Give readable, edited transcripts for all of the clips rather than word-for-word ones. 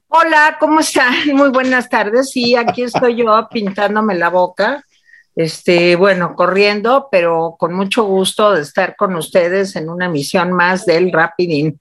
Hola, ¿cómo están? Muy buenas tardes. Sí, aquí estoy yo pintándome la boca, bueno, corriendo, pero con mucho gusto de estar con ustedes en una emisión más del Rapidín.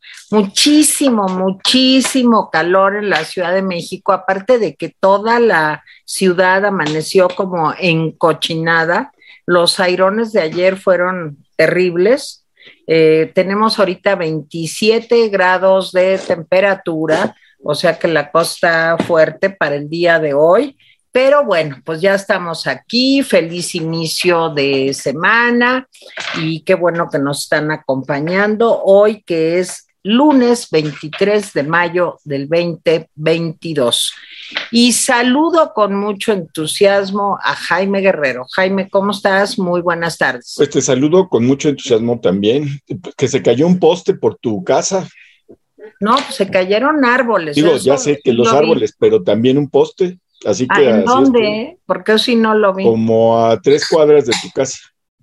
Muchísimo calor en la Ciudad de México, aparte de que toda la ciudad amaneció como encochinada. Los airones de ayer fueron terribles. Tenemos ahorita 27 grados de temperatura, o sea que la cosa está fuerte para el día de hoy. Pero bueno, pues ya estamos aquí, feliz inicio de semana y qué bueno que nos están acompañando hoy, que es lunes 23 de mayo del 2022. Y saludo con mucho entusiasmo a Jaime Guerrero. Jaime, ¿cómo estás? Muy buenas tardes. Pues te saludo con mucho entusiasmo también. Que se cayó un poste por tu casa. No, pues se cayeron árboles. Digo, Eso ya sé que sí los lo vi. árboles, pero también un poste. Así Ah, que ¿en así estuvo. dónde? Porque yo sí no lo vi. Como a 3 cuadras de tu casa.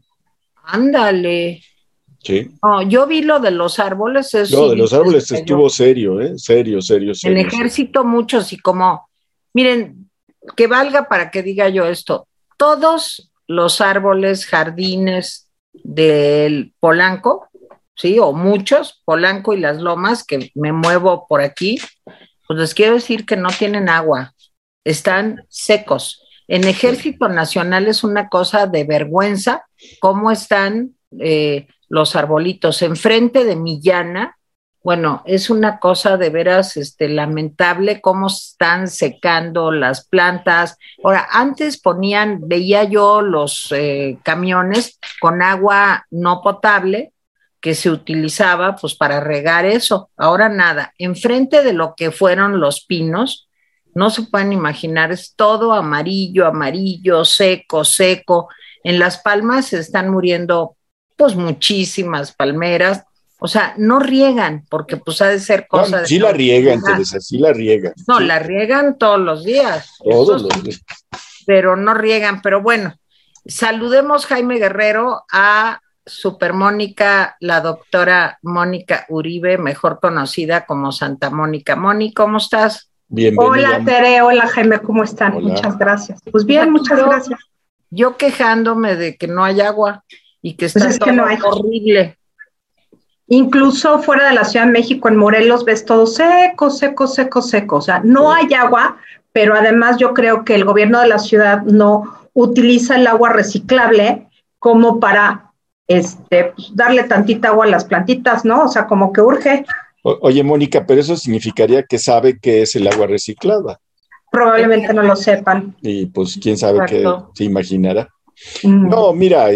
Ándale. Sí. No, yo vi lo de los árboles, eso No, sí de vi los que se árboles cayó. estuvo serio, ¿eh? Serio, serio, En serio, serio. ejército muchos y como, miren, que valga para que diga yo esto, todos los árboles, jardines del Polanco, sí, o muchos, Polanco y las Lomas, que me muevo por aquí, pues les quiero decir que no tienen agua, están secos. En Sí. Ejército Nacional es una cosa de vergüenza cómo están los arbolitos. Enfrente de Millana, bueno, es una cosa de veras lamentable cómo están secando las plantas. Ahora, antes veía yo los camiones con agua no potable que se utilizaba pues para regar eso. Ahora nada, enfrente de lo que fueron los pinos, no se pueden imaginar, es todo amarillo, amarillo, seco, seco. En Las Palmas se están muriendo pues muchísimas palmeras, o sea, no riegan porque pues ha de ser No, cosa de sí la la riegan, autoridad. Teresa, sí la riegan. No, Sí, la riegan todos los días, eso todos los sí, días. pero no riegan. Pero bueno, saludemos Jaime Guerrero a Super Mónica, la doctora Mónica Uribe, mejor conocida como Santa Mónica. Moni, ¿cómo estás? Bienvenida. Hola Tere, hola Jaime, ¿cómo están? Hola. Muchas gracias. Pues Pues bien, aquí muchas gracias. yo quejándome de que no hay agua y que Pues está es que no todo hay. horrible. Incluso fuera de la Ciudad de México, en Morelos, ves todo seco, seco, seco, seco. O sea, no Sí. hay agua, pero además yo creo que el gobierno de la ciudad no utiliza el agua reciclable como para pues, darle tantita agua a las plantitas, ¿no? O sea, como que urge. Oye, Mónica, pero eso significaría que sabe qué es el agua reciclada. Probablemente no lo sepan. Y pues quién sabe qué Exacto. se imaginará. Mm. No, mira,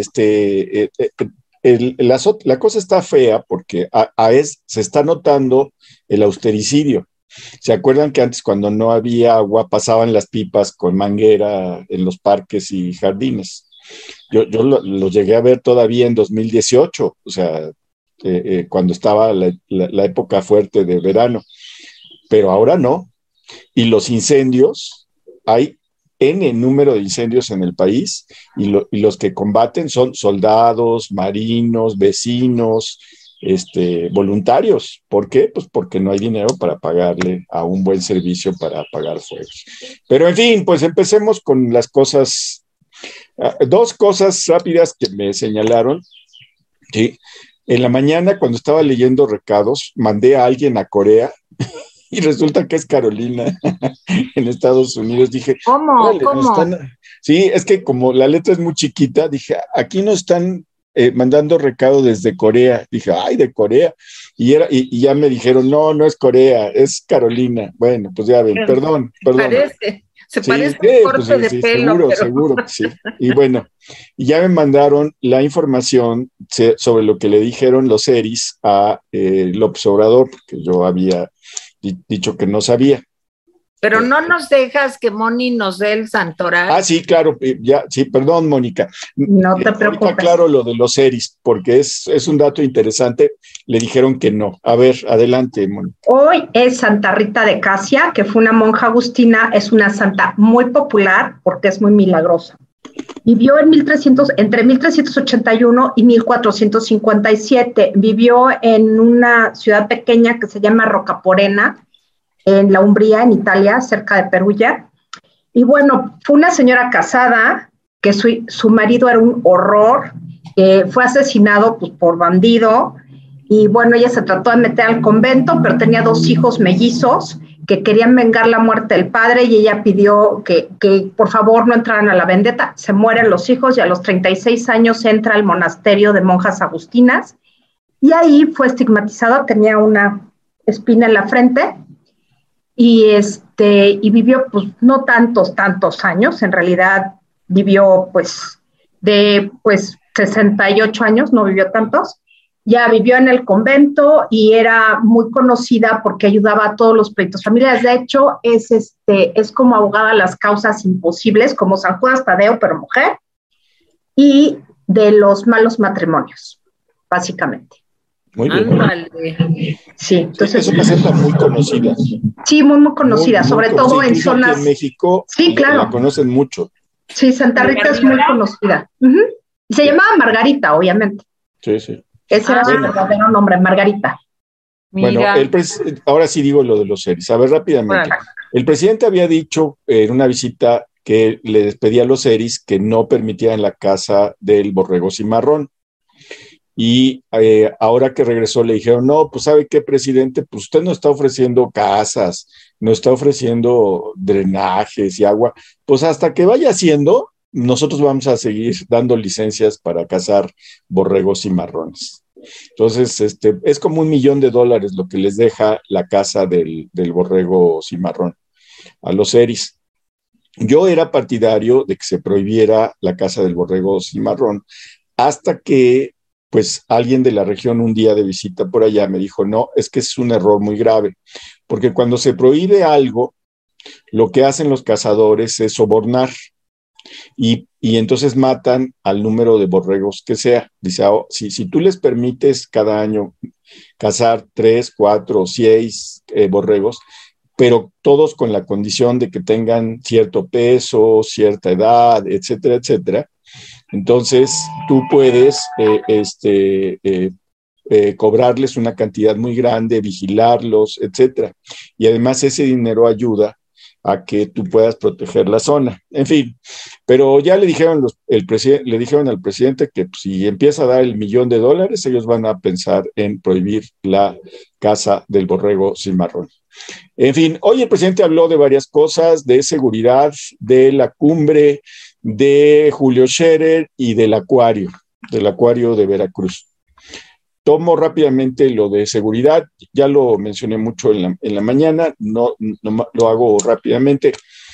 la cosa está fea porque se está notando el austericidio. ¿Se acuerdan que antes cuando no había agua pasaban las pipas con manguera en los parques y jardines? Yo lo llegué a ver todavía en 2018, o sea, cuando estaba la época fuerte de verano, pero ahora no. Y los incendios, hay N número de incendios en el país y los que combaten son soldados, marinos, vecinos, voluntarios. ¿Por qué? Pues porque no hay dinero para pagarle a un buen servicio para apagar fuegos. Pero en fin, pues empecemos con las cosas, dos cosas rápidas que me señalaron. ¿Sí? En la mañana, cuando estaba leyendo recados, mandé a alguien a Corea y resulta que es Carolina en Estados Unidos. Dije, ¿Cómo? órale, nos ¿Cómo? están. Sí, es que como la letra es muy chiquita, dije, aquí nos están mandando recado desde Corea. Dije, ay, de Corea. Y ya me dijeron, no, no es Corea, es Carolina. Bueno, pues ya ven, perdón, perdón. Se Sí, parece un pues corte sí, de sí, pelo, seguro, pero seguro que sí. Y bueno, y ya me mandaron la información sobre lo que le dijeron los ERIs a López Obrador, porque yo había dicho que no sabía. pero Eh, no nos dejas que Moni nos dé el santoral. sí, claro, ya, sí, perdón, Mónica. No te Ahorita preocupes. aclaro lo de los ERIs, porque es un dato interesante. Le dijeron que no. A ver, adelante, Mónica. Hoy es Santa Rita de Casia, que fue una monja agustina, es una santa muy popular porque es muy milagrosa. Vivió entre 1381 y 1457. Vivió en una ciudad pequeña que se llama Rocaporena. en la Umbría, en Italia, cerca de Perugia. Y bueno, fue una señora casada, que su marido era un horror, fue asesinado pues, por bandido, y bueno, ella se trató de meter al convento, pero tenía 2 hijos mellizos que querían vengar la muerte del padre, y ella pidió que por favor no entraran a la vendetta. Se mueren los hijos y a los 36 años entra al monasterio de monjas agustinas, y ahí fue estigmatizada, tenía una espina en la frente, y vivió pues no tantos años, en realidad vivió pues de 68 años, no vivió tantos. Ya vivió en el convento y era muy conocida porque ayudaba a todos los pleitos familiares. De hecho, es como abogada a las causas imposibles, como San Judas Tadeo, pero mujer, y de los malos matrimonios, básicamente. Muy bien. Sí, entonces. Es una seta muy conocida. Sí, muy conocida, sobre todo en zonas. Aquí en México, sí, claro. La conocen mucho. Sí, Santa Rita es muy conocida. Y se llamaba Margarita, obviamente. Sí. Ese era su verdadero nombre, Margarita. Bueno, ahora sí digo lo de los series. A ver, rápidamente. Bueno. El presidente había dicho en una visita que le despedía a los series que no permitían la casa del borrego cimarrón. Y ahora que regresó le dijeron, no, pues ¿sabe qué, presidente? Pues usted no está ofreciendo casas, no está ofreciendo drenajes y agua. Pues hasta que vaya haciendo, nosotros vamos a seguir dando licencias para cazar borregos cimarrones. Entonces, es como $1 millón lo que les deja la casa del borrego cimarrón a los series. Yo era partidario de que se prohibiera la caza del borrego cimarrón hasta que pues alguien de la región un día de visita por allá me dijo, no, es que es un error muy grave, porque cuando se prohíbe algo, lo que hacen los cazadores es sobornar y entonces matan al número de borregos que sea. Dice, si tú les permites cada año cazar 3, 4, 6 borregos, pero todos con la condición de que tengan cierto peso, cierta edad, etcétera, etcétera, entonces tú puedes cobrarles una cantidad muy grande, vigilarlos, etcétera. Y además ese dinero ayuda a que tú puedas proteger la zona. En fin, pero ya le dijeron al presidente que pues, si empieza a dar $1 millón, ellos van a pensar en prohibir la caza del borrego cimarrón. En fin, hoy el presidente habló de varias cosas, de seguridad, de la cumbre, de Julio Scherer y del acuario de Veracruz. Tomo rápidamente lo de seguridad, ya lo mencioné mucho en la mañana, no lo hago rápidamente.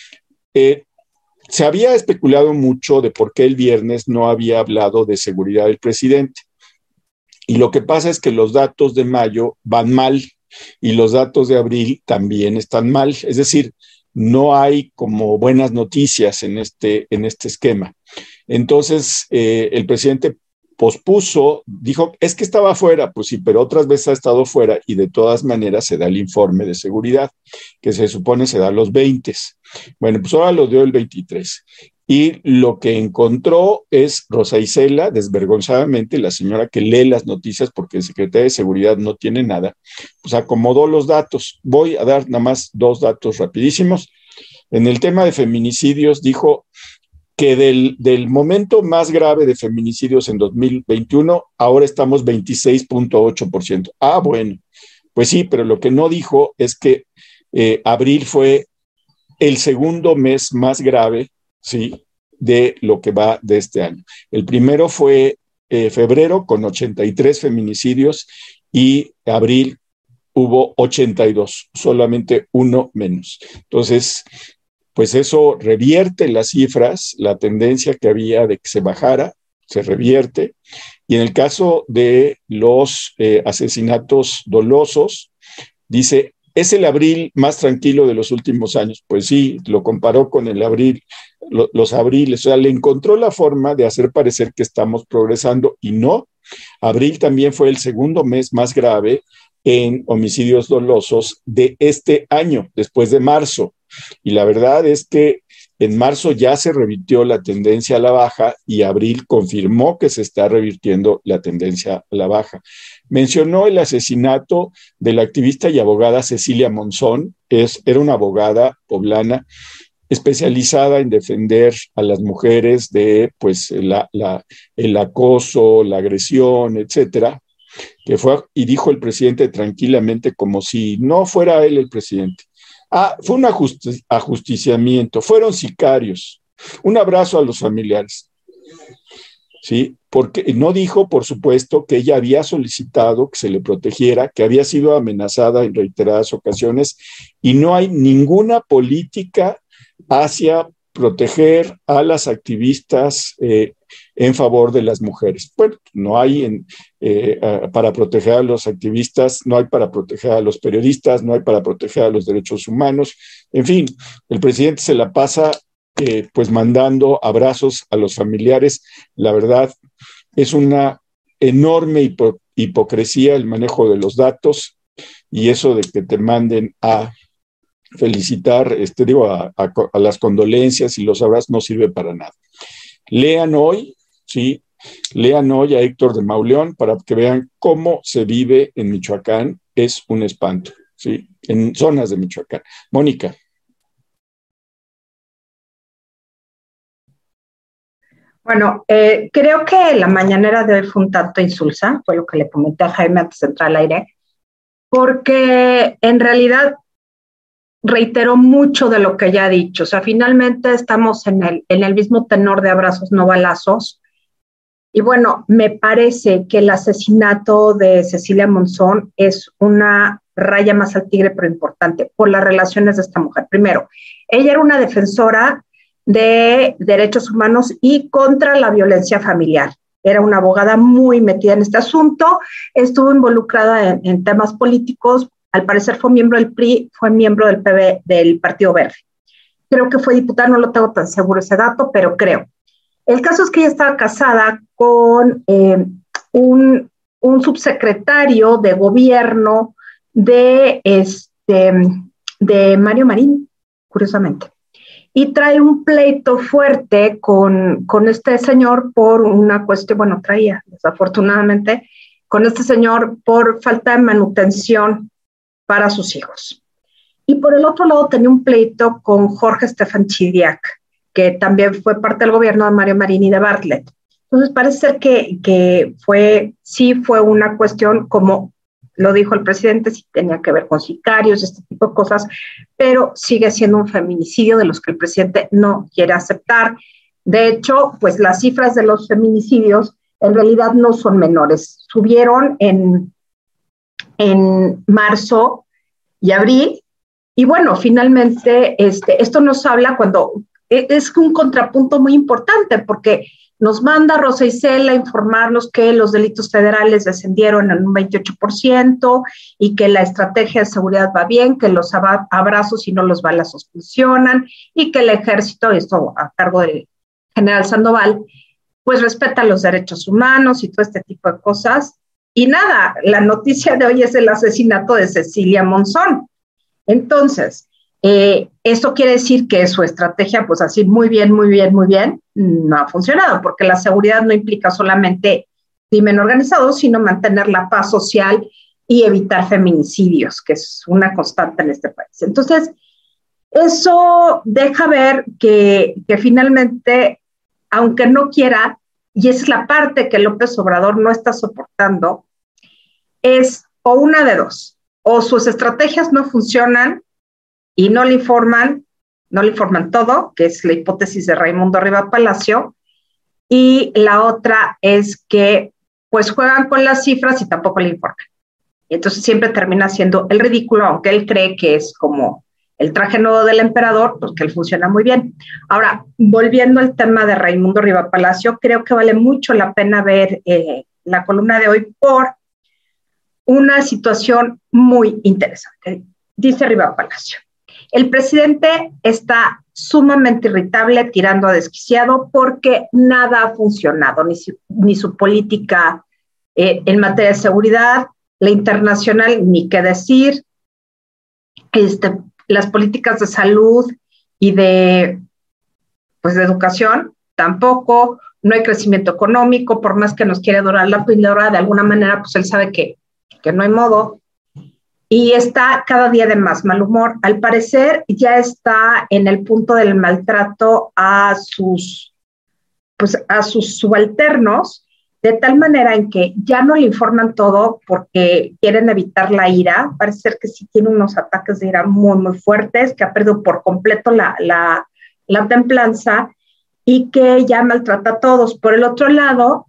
Se había especulado mucho de por qué el viernes no había hablado de seguridad el presidente. Y lo que pasa es que los datos de mayo van mal y los datos de abril también están mal. Es decir, no hay como buenas noticias en este esquema. Entonces, el presidente pospuso, dijo, es que estaba fuera, pues sí, pero otras veces ha estado fuera y de todas maneras se da el informe de seguridad, que se supone se da los 20. Bueno, pues ahora lo dio el 23. Y lo que encontró es Rosa Isela, desvergonzadamente, la señora que lee las noticias porque el secretario de Seguridad no tiene nada, pues acomodó los datos. Voy a dar nada más 2 datos rapidísimos. En el tema de feminicidios dijo que del momento más grave de feminicidios en 2021, ahora estamos 26.8%. Ah, bueno, pues sí, pero lo que no dijo es que abril fue el segundo mes más grave, ¿sí?, de lo que va de este año. El primero fue febrero con 83 feminicidios y abril hubo 82, solamente uno menos. Entonces, pues eso revierte las cifras, la tendencia que había de que se bajara, se revierte. Y en el caso de los asesinatos dolosos, dice, es el abril más tranquilo de los últimos años. Pues sí, lo comparó con el abril, los abriles, o sea, le encontró la forma de hacer parecer que estamos progresando y no. Abril también fue el segundo mes más grave en homicidios dolosos de este año, después de marzo. Y la verdad es que En marzo ya se revirtió la tendencia a la baja y abril confirmó que se está revirtiendo la tendencia a la baja. Mencionó el asesinato de la activista y abogada Cecilia Monzón. Era una abogada poblana especializada en defender a las mujeres de pues, el acoso, la agresión, etcétera, que fue, y dijo el presidente tranquilamente como si no fuera él el presidente. Fue un ajusticiamiento, fueron sicarios. Un abrazo a los familiares. ¿Sí? Porque no dijo, por supuesto, que ella había solicitado que se le protegiera, que había sido amenazada en reiteradas ocasiones, y no hay ninguna política hacia proteger a las activistas en favor de las mujeres. Bueno, no hay para proteger a los activistas, no hay para proteger a los periodistas, no hay para proteger a los derechos humanos. En fin, el presidente se la pasa pues mandando abrazos a los familiares. La verdad, es una enorme hipocresía el manejo de los datos, y eso de que te manden a felicitar, a las condolencias y los abrazos no sirve para nada. Lean hoy a Héctor de Mauleón para que vean cómo se vive en Michoacán. Es un espanto, ¿sí? En zonas de Michoacán. Mónica. Bueno, creo que la mañanera de hoy fue un tanto insulsa, fue lo que le comenté a Jaime antes de entrar al aire, porque en realidad reiteró mucho de lo que ya ha dicho. O sea, finalmente estamos en el mismo tenor de abrazos, no balazos. Y bueno, me parece que el asesinato de Cecilia Monzón es una raya más al tigre, pero importante, por las relaciones de esta mujer. Primero, ella era una defensora de derechos humanos y contra la violencia familiar. Era una abogada muy metida en este asunto, estuvo involucrada en temas políticos. Al parecer fue miembro del PRI, fue miembro del Partido Verde. Creo que fue diputada, no lo tengo tan seguro ese dato, pero creo. El caso es que ella estaba casada con un subsecretario de gobierno de Mario Marín, curiosamente. Y trae un pleito fuerte con este señor por una cuestión, bueno, traía desafortunadamente, con este señor por falta de manutención para sus hijos. Y por el otro lado tenía un pleito con Jorge Estefan Chidiac, que también fue parte del gobierno de Mario Marín y de Bartlett. Entonces parece ser que fue una cuestión, como lo dijo el presidente, sí tenía que ver con sicarios, este tipo de cosas, pero sigue siendo un feminicidio de los que el presidente no quiere aceptar. De hecho, pues las cifras de los feminicidios en realidad no son menores. Subieron en marzo y abril, y bueno, finalmente esto nos habla cuando es un contrapunto muy importante, porque nos manda Rosa Isela a informarnos que los delitos federales descendieron en un 28% y que la estrategia de seguridad va bien, que los abrazos y no los balazos funcionan, y que el ejército, esto a cargo del general Sandoval, pues respeta los derechos humanos y todo este tipo de cosas. Y nada, la noticia de hoy es el asesinato de Cecilia Monzón. Entonces, esto quiere decir que su estrategia, pues así muy bien, no ha funcionado, porque la seguridad no implica solamente crimen organizado, sino mantener la paz social y evitar feminicidios, que es una constante en este país. Entonces, eso deja ver que finalmente, aunque no quiera, y esa es la parte que López Obrador no está soportando, es o una de dos: o sus estrategias no funcionan y no le informan todo, que es la hipótesis de Raimundo Riva Palacio, y la otra es que pues juegan con las cifras y tampoco le informan. Y entonces siempre termina siendo el ridículo, aunque él cree que es como el traje nuevo del emperador, pues que él funciona muy bien. Ahora, volviendo al tema de Raimundo Riva Palacio, creo que vale mucho la pena ver la columna de hoy por una situación muy interesante. Dice Riva Palacio: el presidente está sumamente irritable, tirando a desquiciado, porque nada ha funcionado, ni su política en materia de seguridad, la internacional, ni qué decir, las políticas de salud y de pues de educación tampoco, no hay crecimiento económico, por más que nos quiere dorar la píldora, de alguna manera, pues él sabe que no hay modo, y está cada día de más mal humor. Al parecer ya está en el punto del maltrato a sus subalternos, de tal manera en que ya no le informan todo porque quieren evitar la ira. Parece ser que sí tiene unos ataques de ira muy, muy fuertes, que ha perdido por completo la templanza y que ya maltrata a todos. Por el otro lado,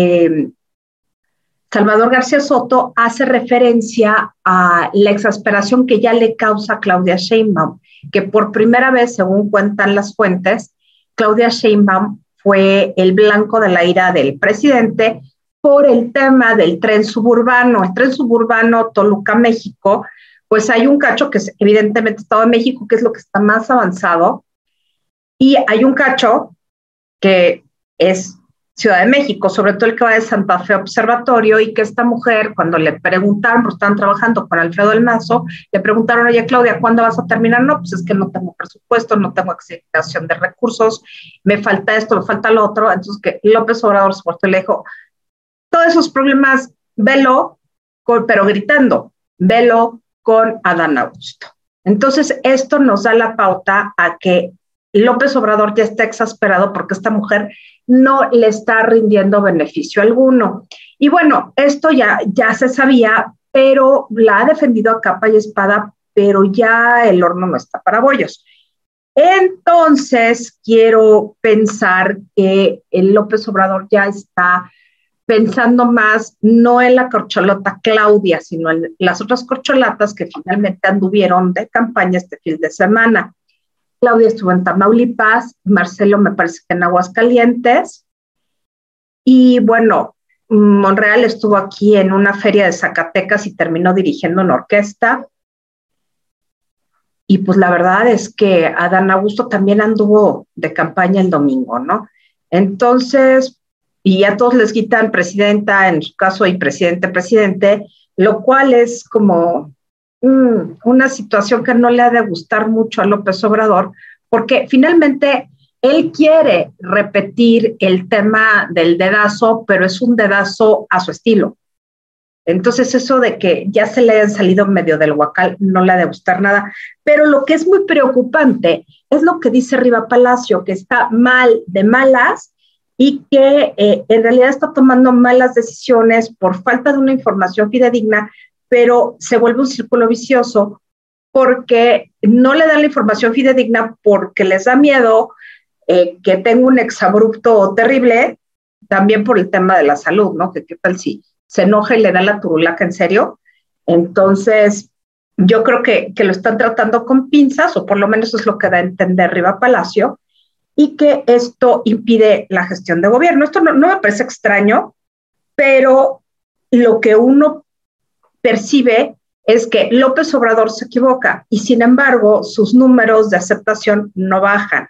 Salvador García Soto hace referencia a la exasperación que ya le causa a Claudia Sheinbaum, que por primera vez, según cuentan las fuentes, Claudia Sheinbaum fue el blanco de la ira del presidente por el tema del tren suburbano. El tren suburbano Toluca-México, pues hay un cacho que es evidentemente Estado de México, que es lo que está más avanzado, y hay un cacho que es Ciudad de México, sobre todo el que va de Santa Fe Observatorio, y que esta mujer, cuando le preguntaron, porque estaban trabajando con Alfredo del Mazo, le preguntaron, oye, Claudia, ¿cuándo vas a terminar? No, pues es que no tengo presupuesto, no tengo asignación de recursos, me falta esto, me falta lo otro. Entonces que López Obrador se portó y le dijo, todos esos problemas, velo, pero gritando, velo con Adán Augusto. Entonces esto nos da la pauta a que López Obrador ya está exasperado porque esta mujer no le está rindiendo beneficio alguno. Y bueno, esto ya se sabía, pero la ha defendido a capa y espada, pero ya el horno no está para bollos. Entonces, quiero pensar que el López Obrador ya está pensando más no en la corcholata Claudia, sino en las otras corcholatas que finalmente anduvieron de campaña este fin de semana. Claudia estuvo en Tamaulipas, Marcelo me parece que en Aguascalientes, y bueno, Monreal estuvo aquí en una feria de Zacatecas y terminó dirigiendo una orquesta, y pues la verdad es que Adán Augusto también anduvo de campaña el domingo, ¿no? Entonces, y a todos les quitan presidenta, en su caso, y presidente, lo cual es como una situación que no le ha de gustar mucho a López Obrador, porque finalmente él quiere repetir el tema del dedazo, pero es un dedazo a su estilo. Entonces eso de que ya se le hayan salido medio del huacal no le ha de gustar nada. Pero lo que es muy preocupante es lo que dice Riva Palacio, que está mal de malas y que en realidad está tomando malas decisiones por falta de una información fidedigna, pero se vuelve un círculo vicioso porque no le dan la información fidedigna porque les da miedo que tenga un exabrupto terrible, también por el tema de la salud, ¿no? Que qué tal si se enoja y le da la turulaca en serio. Entonces, yo creo que lo están tratando con pinzas, o por lo menos es lo que da a entender Riva Palacio, y que esto impide la gestión de gobierno. Esto no me parece extraño, pero lo que uno percibe es que López Obrador se equivoca y sin embargo sus números de aceptación no bajan.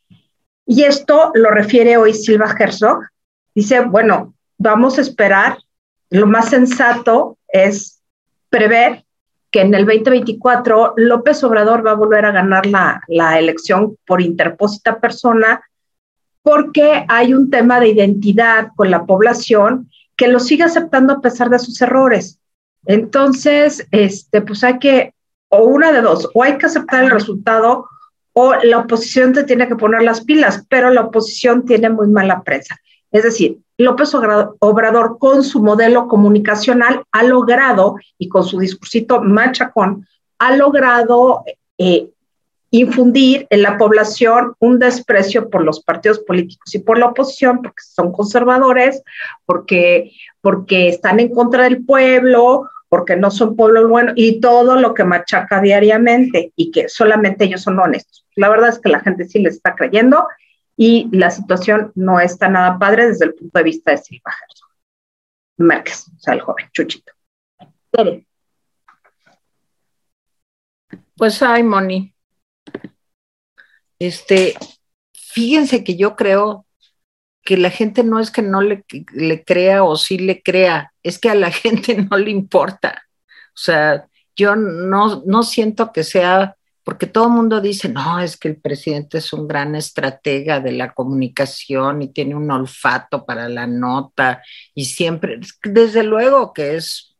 Y esto lo refiere hoy Silva Herzog. Dice, bueno, vamos a esperar, lo más sensato es prever que en el 2024 López Obrador va a volver a ganar la elección por interpósita persona, porque hay un tema de identidad con la población que lo sigue aceptando a pesar de sus errores. Entonces, pues hay que, o una de dos, o hay que aceptar el resultado o la oposición te tiene que poner las pilas, pero la oposición tiene muy mala prensa. Es decir, López Obrador con su modelo comunicacional ha logrado, y con su discursito machacón, ha logrado infundir en la población un desprecio por los partidos políticos y por la oposición, porque son conservadores, porque están en contra del pueblo, porque no son pueblo bueno, y todo lo que machaca diariamente, y que solamente ellos son honestos. La verdad es que la gente sí les está creyendo, y la situación no está nada padre desde el punto de vista de Silva Herzog Márquez, o sea, el joven Chuchito. Tere. Pues ay, Moni. Fíjense que yo creo que la gente no es que no le crea o sí le crea, es que a la gente no le importa. O sea, yo no siento que sea porque todo el mundo dice, no, es que el presidente es un gran estratega de la comunicación y tiene un olfato para la nota y siempre, desde luego que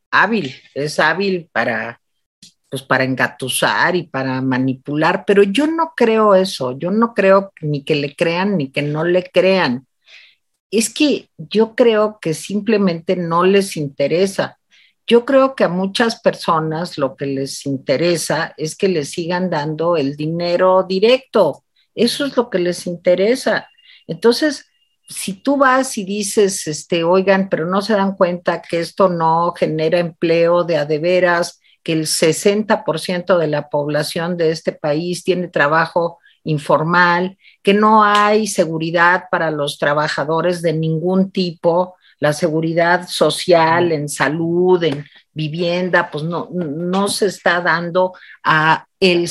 es hábil para, pues para engatusar y para manipular, pero yo no creo eso, yo no creo ni que le crean ni que no le crean. Es que yo creo que simplemente no les interesa. Yo creo que a muchas personas lo que les interesa es que les sigan dando el dinero directo. Eso es lo que les interesa. Entonces, si tú vas y dices, oigan, pero no se dan cuenta que esto no genera empleo de a de veras, que el 60% de la población de este país tiene trabajo informal, que no hay seguridad para los trabajadores de ningún tipo, la seguridad social, en salud, en vivienda, pues no se está dando a el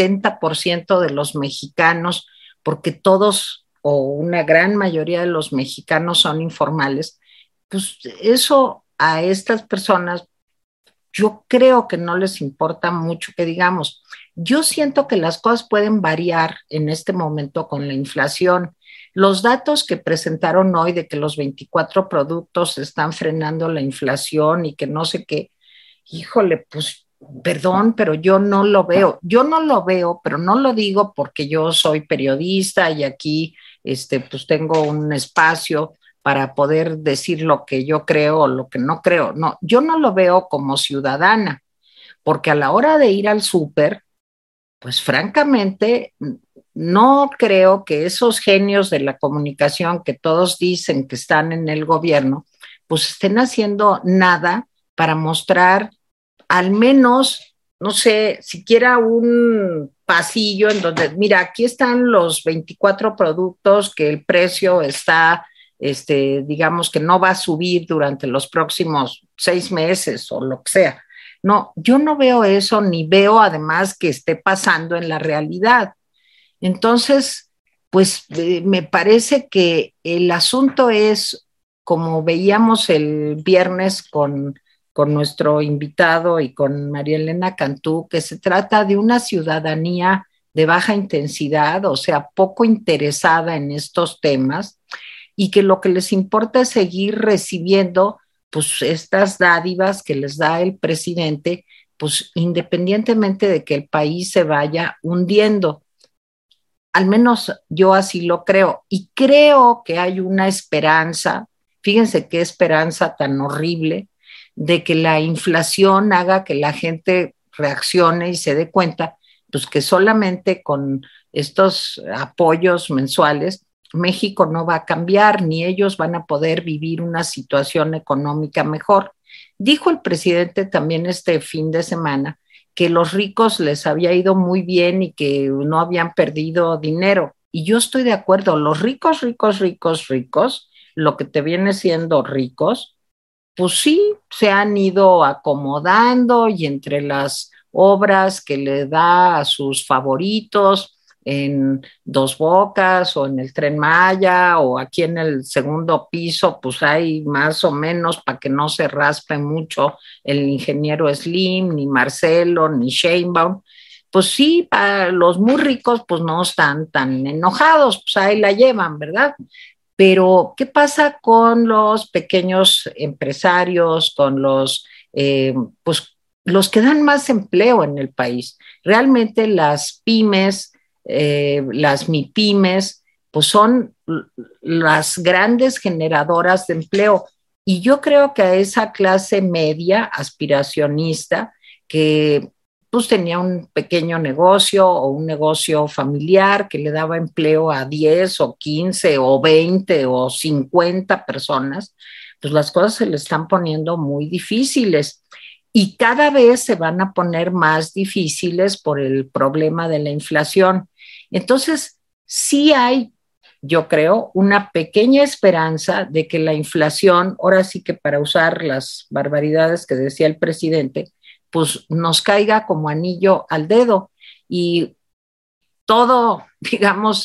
60% de los mexicanos, porque todos o una gran mayoría de los mexicanos son informales, pues eso a estas personas yo creo que no les importa mucho que digamos. Yo siento que las cosas pueden variar en este momento con la inflación. Los datos que presentaron hoy de que los 24 productos están frenando la inflación y que no sé qué, híjole, pues perdón, pero yo no lo veo. Yo no lo veo, pero no lo digo porque yo soy periodista y aquí pues tengo un espacio para poder decir lo que yo creo o lo que no creo. No, yo no lo veo como ciudadana, porque a la hora de ir al súper, pues francamente, no creo que esos genios de la comunicación que todos dicen que están en el gobierno, pues estén haciendo nada para mostrar al menos, no sé, siquiera un pasillo en donde, mira, aquí están los 24 productos que el precio está, digamos que no va a subir durante los próximos 6 meses o lo que sea. No, yo no veo eso ni veo además que esté pasando en la realidad. Entonces, pues me parece que el asunto es, como veíamos el viernes con nuestro invitado y con María Elena Cantú, que se trata de una ciudadanía de baja intensidad, o sea, poco interesada en estos temas, y que lo que les importa es seguir recibiendo pues estas dádivas que les da el presidente, pues independientemente de que el país se vaya hundiendo. Al menos yo así lo creo. Y creo que hay una esperanza, fíjense qué esperanza tan horrible, de que la inflación haga que la gente reaccione y se dé cuenta, pues que solamente con estos apoyos mensuales México no va a cambiar, ni ellos van a poder vivir una situación económica mejor. Dijo el presidente también este fin de semana que los ricos les había ido muy bien y que no habían perdido dinero. Y yo estoy de acuerdo, los ricos, ricos, ricos, ricos, lo que te viene siendo ricos, pues sí, se han ido acomodando y entre las obras que le da a sus favoritos en Dos Bocas o en el Tren Maya o aquí en el segundo piso, pues hay más o menos para que no se raspe mucho el ingeniero Slim, ni Marcelo, ni Sheinbaum. Pues sí, para los muy ricos, pues no están tan enojados, pues ahí la llevan, ¿verdad? Pero, ¿qué pasa con los pequeños empresarios, con pues, los que dan más empleo en el país? Realmente las pymes, las MIPYMES, pues son las grandes generadoras de empleo. Y yo creo que a esa clase media aspiracionista que pues tenía un pequeño negocio o un negocio familiar que le daba empleo a 10 o 15 o 20 o 50 personas, pues las cosas se le están poniendo muy difíciles y cada vez se van a poner más difíciles por el problema de la inflación. Entonces, sí hay, yo creo, una pequeña esperanza de que la inflación, ahora sí que para usar las barbaridades que decía el presidente, pues nos caiga como anillo al dedo y todo, digamos,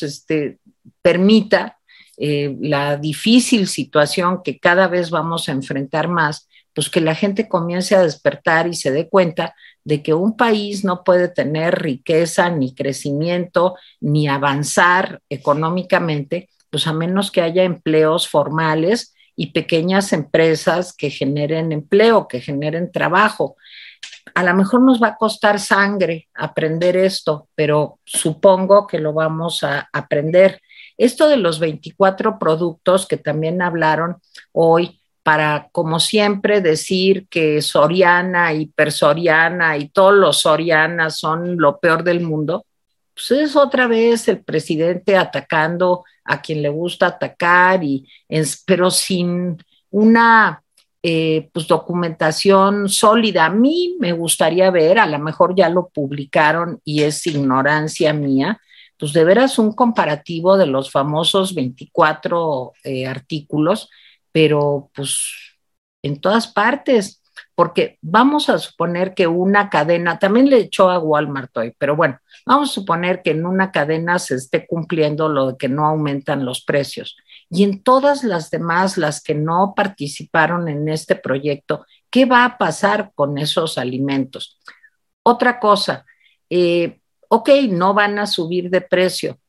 permita la difícil situación que cada vez vamos a enfrentar más, pues que la gente comience a despertar y se dé cuenta de que un país no puede tener riqueza, ni crecimiento, ni avanzar económicamente, pues a menos que haya empleos formales y pequeñas empresas que generen empleo, que generen trabajo. A lo mejor nos va a costar sangre aprender esto, pero supongo que lo vamos a aprender. Esto de los 24 productos que también hablaron hoy, para, como siempre, decir que Soriana, Hipersoriana y todos los Sorianas son lo peor del mundo, pues es otra vez el presidente atacando a quien le gusta atacar, pero sin una pues documentación sólida. A mí me gustaría ver, a lo mejor ya lo publicaron y es ignorancia mía, pues de veras un comparativo de los famosos 24 artículos, pero pues en todas partes, porque vamos a suponer que una cadena, también le echó a Walmart hoy, pero bueno, vamos a suponer que en una cadena se esté cumpliendo lo de que no aumentan los precios. Y en todas las demás, las que no participaron en este proyecto, ¿qué va a pasar con esos alimentos? Otra cosa, ok, no van a subir de precio.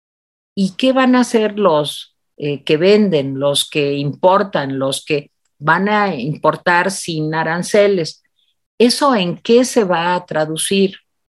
¿Y qué van a hacer los que venden, los que importan, los que van a importar sin aranceles? ¿Eso en qué se va a traducir?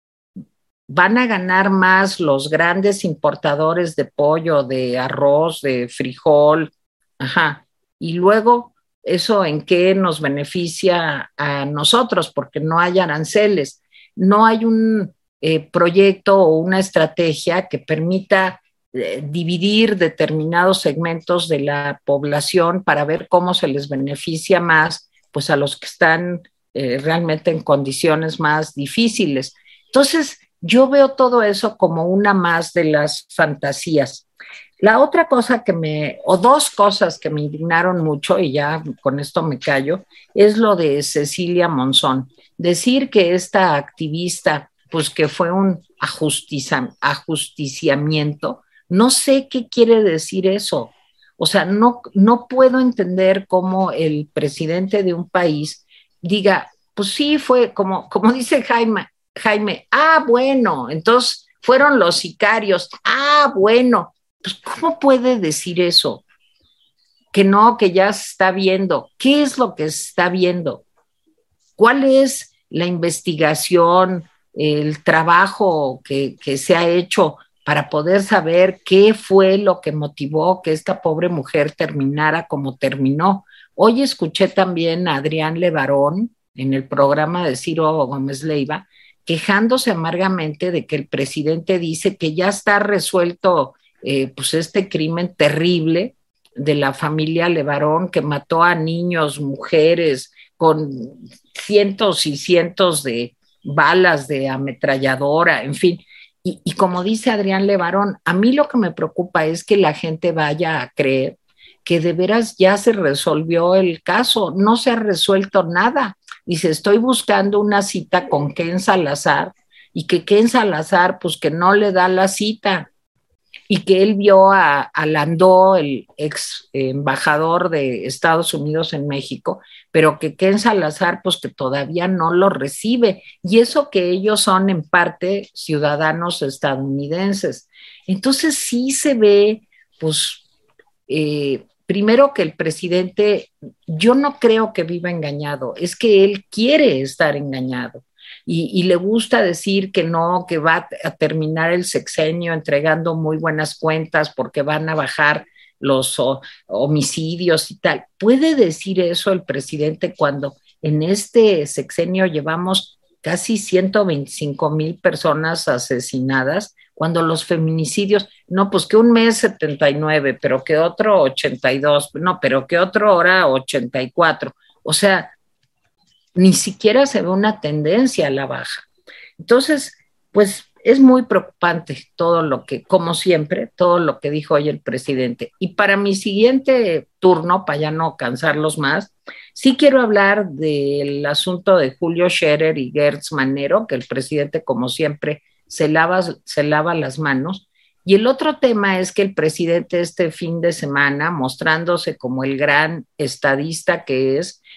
¿Van a ganar más los grandes importadores de pollo, de arroz, de frijol? Ajá. Y luego, ¿eso en qué nos beneficia a nosotros? Porque no hay aranceles, no hay un proyecto o una estrategia que permita dividir determinados segmentos de la población para ver cómo se les beneficia más, pues a los que están realmente en condiciones más difíciles. Entonces, yo veo todo eso como una más de las fantasías. La otra cosa o dos cosas que me indignaron mucho, y ya con esto me callo, es lo de Cecilia Monzón. Decir que esta activista, pues que fue un ajusticiamiento, no sé qué quiere decir eso. O sea, no puedo entender cómo el presidente de un país diga, pues sí, fue como dice Jaime, bueno, entonces fueron los sicarios, bueno, pues ¿cómo puede decir eso? Que no, que ya se está viendo. ¿Qué es lo que se está viendo? ¿Cuál es la investigación, el trabajo que se ha hecho para poder saber qué fue lo que motivó que esta pobre mujer terminara como terminó? Hoy escuché también a Adrián Levarón en el programa de Ciro Gómez Leiva, quejándose amargamente de que el presidente dice que ya está resuelto pues este crimen terrible de la familia Levarón, que mató a niños, mujeres, con cientos y cientos de balas de ametralladora, en fin. Y como dice Adrián Levarón, a mí lo que me preocupa es que la gente vaya a creer que de veras ya se resolvió el caso. No se ha resuelto nada. Dice, estoy buscando una cita con Ken Salazar, y que Ken Salazar, pues que no le da la cita, y que él vio a Landó, el ex embajador de Estados Unidos en México, pero que Ken Salazar, pues que todavía no lo recibe, y eso que ellos son en parte ciudadanos estadounidenses. Entonces sí se ve, pues, primero que el presidente, yo no creo que viva engañado, es que él quiere estar engañado. Y le gusta decir que no, que va a terminar el sexenio entregando muy buenas cuentas porque van a bajar los homicidios y tal. ¿Puede decir eso el presidente cuando en este sexenio llevamos casi 125,000 personas asesinadas, cuando los feminicidios, no, pues que un mes 79, pero que otro 82, no, pero que otro ahora 84? O sea, ni siquiera se ve una tendencia a la baja. Entonces, pues es muy preocupante todo lo que, como siempre, todo lo que dijo hoy el presidente. Y para mi siguiente turno, para ya no cansarlos más, sí quiero hablar del asunto de Julio Scherer y Gertz Manero, que el presidente, como siempre, se lava las manos. Y el otro tema es que el presidente este fin de semana, mostrándose como el gran estadista que es,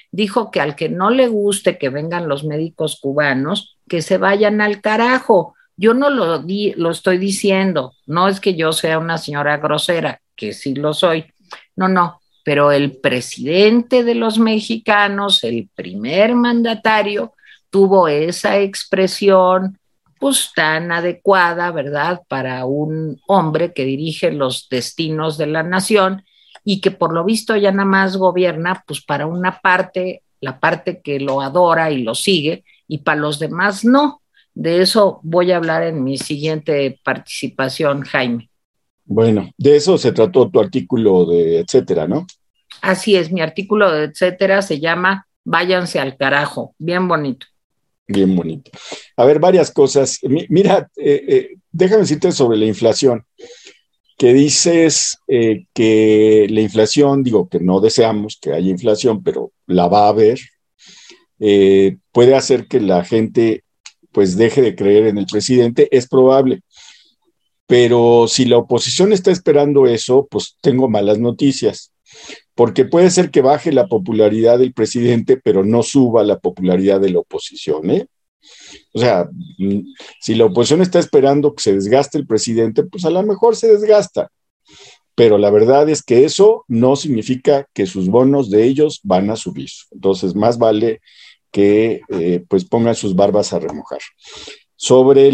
dijo que al que no le guste que vengan los médicos cubanos, que se vayan al carajo. Yo no lo estoy diciendo, no es que yo sea una señora grosera, que sí lo soy, no, pero el presidente de los mexicanos, el primer mandatario, tuvo esa expresión pues tan adecuada, ¿verdad?, para un hombre que dirige los destinos de la nación y que por lo visto ya nada más gobierna pues para una parte, la parte que lo adora y lo sigue, y para los demás no. De eso voy a hablar en mi siguiente participación, Jaime. Bueno, de eso se trató tu artículo de etcétera, ¿no? Así es, mi artículo de etcétera se llama Váyanse al carajo, bien bonito. Bien bonito. A ver, varias cosas. Mira, déjame decirte sobre la inflación, que dices que la inflación, digo que no deseamos que haya inflación, pero la va a haber, puede hacer que la gente pues deje de creer en el presidente, es probable. Pero si la oposición está esperando eso, pues tengo malas noticias, porque puede ser que baje la popularidad del presidente, pero no suba la popularidad de la oposición, ¿eh? O sea, si la oposición está esperando que se desgaste el presidente, pues a lo mejor se desgasta, pero la verdad es que eso no significa que sus bonos de ellos van a subir. Entonces, más vale que pues pongan sus barbas a remojar. Sobre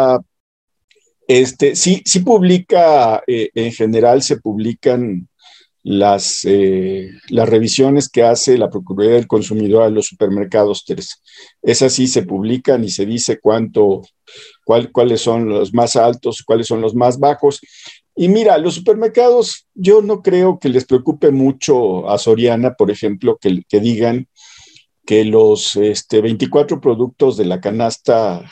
sí publica, en general se publican las revisiones que hace la Procuraduría del Consumidor a los supermercados, Teresa. Esas sí se publican y se dice cuáles son los más altos, cuáles son los más bajos. Y mira, los supermercados, yo no creo que les preocupe mucho a Soriana, por ejemplo, que digan que los 24 productos de la canasta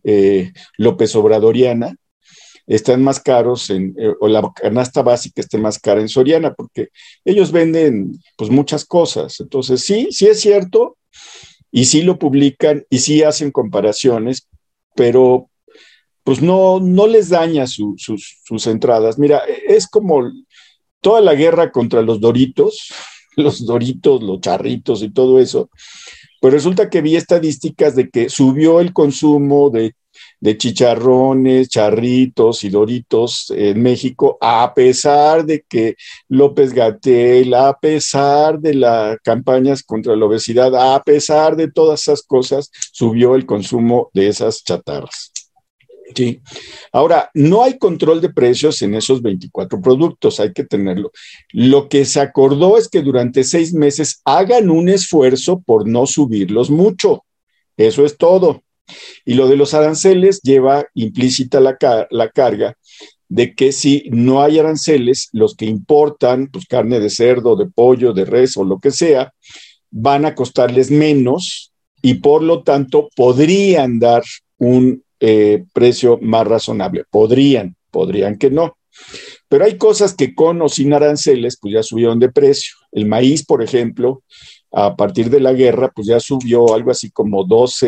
López Obradoriana están más caros o la canasta básica esté más cara en Soriana, porque ellos venden pues muchas cosas. Entonces sí es cierto, y sí lo publican, y sí hacen comparaciones, pero pues no les daña sus entradas. Mira, es como toda la guerra contra los Doritos, los charritos y todo eso, pues resulta que vi estadísticas de que subió el consumo de chicharrones, charritos y doritos en México, a pesar de que López-Gatell, a pesar de las campañas contra la obesidad, a pesar de todas esas cosas, subió el consumo de esas chatarras. Sí. Ahora, no hay control de precios en esos 24 productos, hay que tenerlo. Lo que se acordó es que durante 6 meses hagan un esfuerzo por no subirlos mucho. Eso es todo. Y lo de los aranceles lleva implícita la carga de que si no hay aranceles, los que importan, pues carne de cerdo, de pollo, de res o lo que sea, van a costarles menos y por lo tanto podrían dar un precio más razonable. Podrían que no. Pero hay cosas que con o sin aranceles, pues ya subieron de precio. El maíz, por ejemplo, a partir de la guerra, pues ya subió algo así como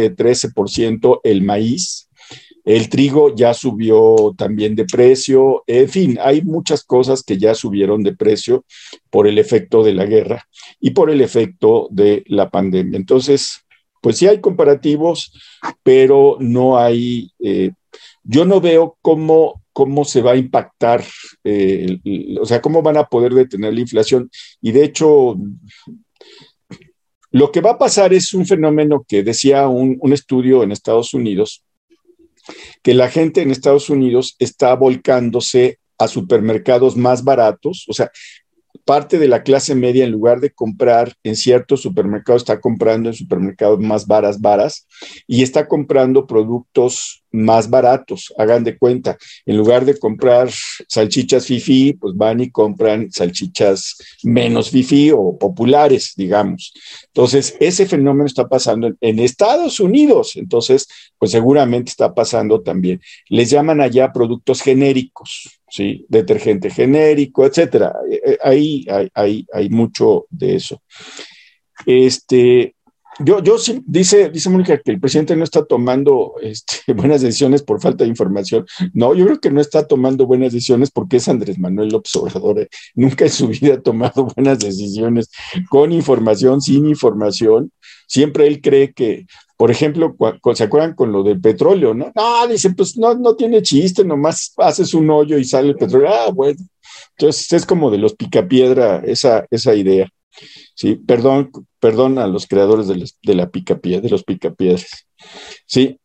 12-13% el maíz. El trigo ya subió también de precio. En fin, hay muchas cosas que ya subieron de precio por el efecto de la guerra y por el efecto de la pandemia. Entonces, pues sí hay comparativos, pero no hay, yo no veo cómo se va a impactar, o sea, cómo van a poder detener la inflación. Y de hecho, lo que va a pasar es un fenómeno que decía un estudio en Estados Unidos, que la gente en Estados Unidos está volcándose a supermercados más baratos, o sea, parte de la clase media, en lugar de comprar en ciertos supermercados, está comprando en supermercados más varas, y está comprando productos más baratos. Hagan de cuenta, en lugar de comprar salchichas fifí, pues van y compran salchichas menos fifí o populares, digamos. Entonces, ese fenómeno está pasando en Estados Unidos. Entonces, pues seguramente está pasando también. Les llaman allá productos genéricos, ¿sí? Detergente genérico, etcétera. Hay mucho de eso. Yo sí, dice Mónica que el presidente no está tomando buenas decisiones por falta de información. No, yo creo que no está tomando buenas decisiones porque es Andrés Manuel López Obrador. Nunca en su vida ha tomado buenas decisiones con información, sin información. Siempre él cree que, por ejemplo, ¿se acuerdan con lo del petróleo? No, dicen, pues no tiene chiste, nomás haces un hoyo y sale el petróleo. Ah, bueno. Entonces es como de los picapiedra esa idea. Sí, perdón a los creadores de la picapiedra, de los picapiedras. Sí,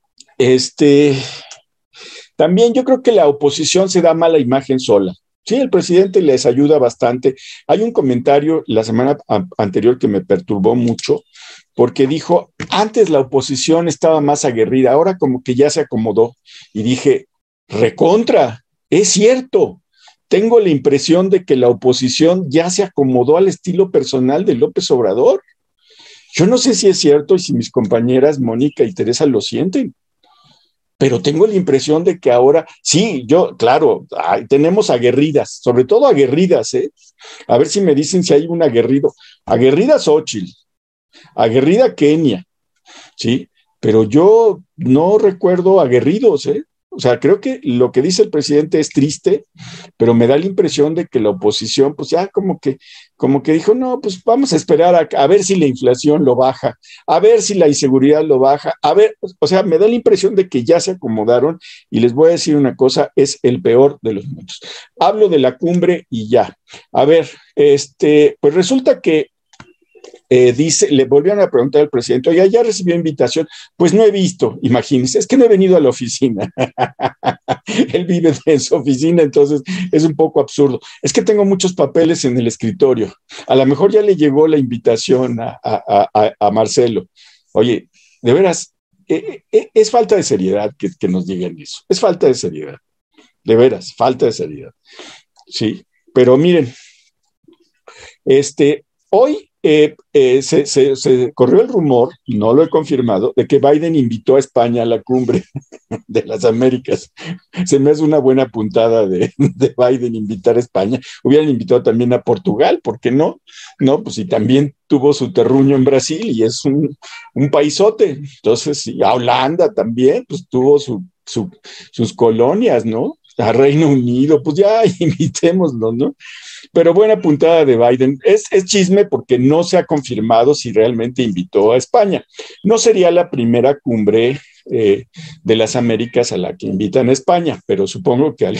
también yo creo que la oposición se da mala imagen sola. Sí, el presidente les ayuda bastante. Hay un comentario la semana anterior que me perturbó mucho, porque dijo, antes la oposición estaba más aguerrida, ahora como que ya se acomodó. Y dije, recontra, es cierto. Tengo la impresión de que la oposición ya se acomodó al estilo personal de López Obrador. Yo no sé si es cierto y si mis compañeras Mónica y Teresa lo sienten, pero tengo la impresión de que ahora, sí, claro, tenemos aguerridas, sobre todo aguerridas, ¿eh? A ver si me dicen si hay un aguerrido. Aguerrida Xóchitl, aguerrida Kenia, ¿sí? Pero yo no recuerdo aguerridos, ¿eh? O sea, creo que lo que dice el presidente es triste, pero me da la impresión de que la oposición, pues ya como que dijo, no, pues vamos a esperar a ver si la inflación lo baja, a ver si la inseguridad lo baja, a ver, o sea, me da la impresión de que ya se acomodaron y les voy a decir una cosa, es el peor de los mundos. Hablo de la cumbre y ya. A ver, pues resulta que le volvieron a preguntar al presidente, oye, ¿ya recibió invitación? Pues no he visto, imagínense, es que no he venido a la oficina. Él vive en su oficina, entonces es un poco absurdo. Es que tengo muchos papeles en el escritorio. A lo mejor ya le llegó la invitación a Marcelo. Oye, de veras, es falta de seriedad que nos digan eso. Es falta de seriedad. De veras, falta de seriedad. Sí, pero miren, hoy se corrió el rumor, no lo he confirmado, de que Biden invitó a España a la cumbre de las Américas. Se me hace una buena puntada de Biden invitar a España. Hubieran invitado también a Portugal, ¿por qué no? No, pues y también tuvo su terruño en Brasil y es un paisote. Entonces, y a Holanda también, pues tuvo sus colonias, ¿no? A Reino Unido, pues ya invitémoslo, ¿no? Pero buena puntada de Biden. Es chisme porque no se ha confirmado si realmente invitó a España. No sería la primera cumbre de las Américas a la que invitan a España, pero supongo que al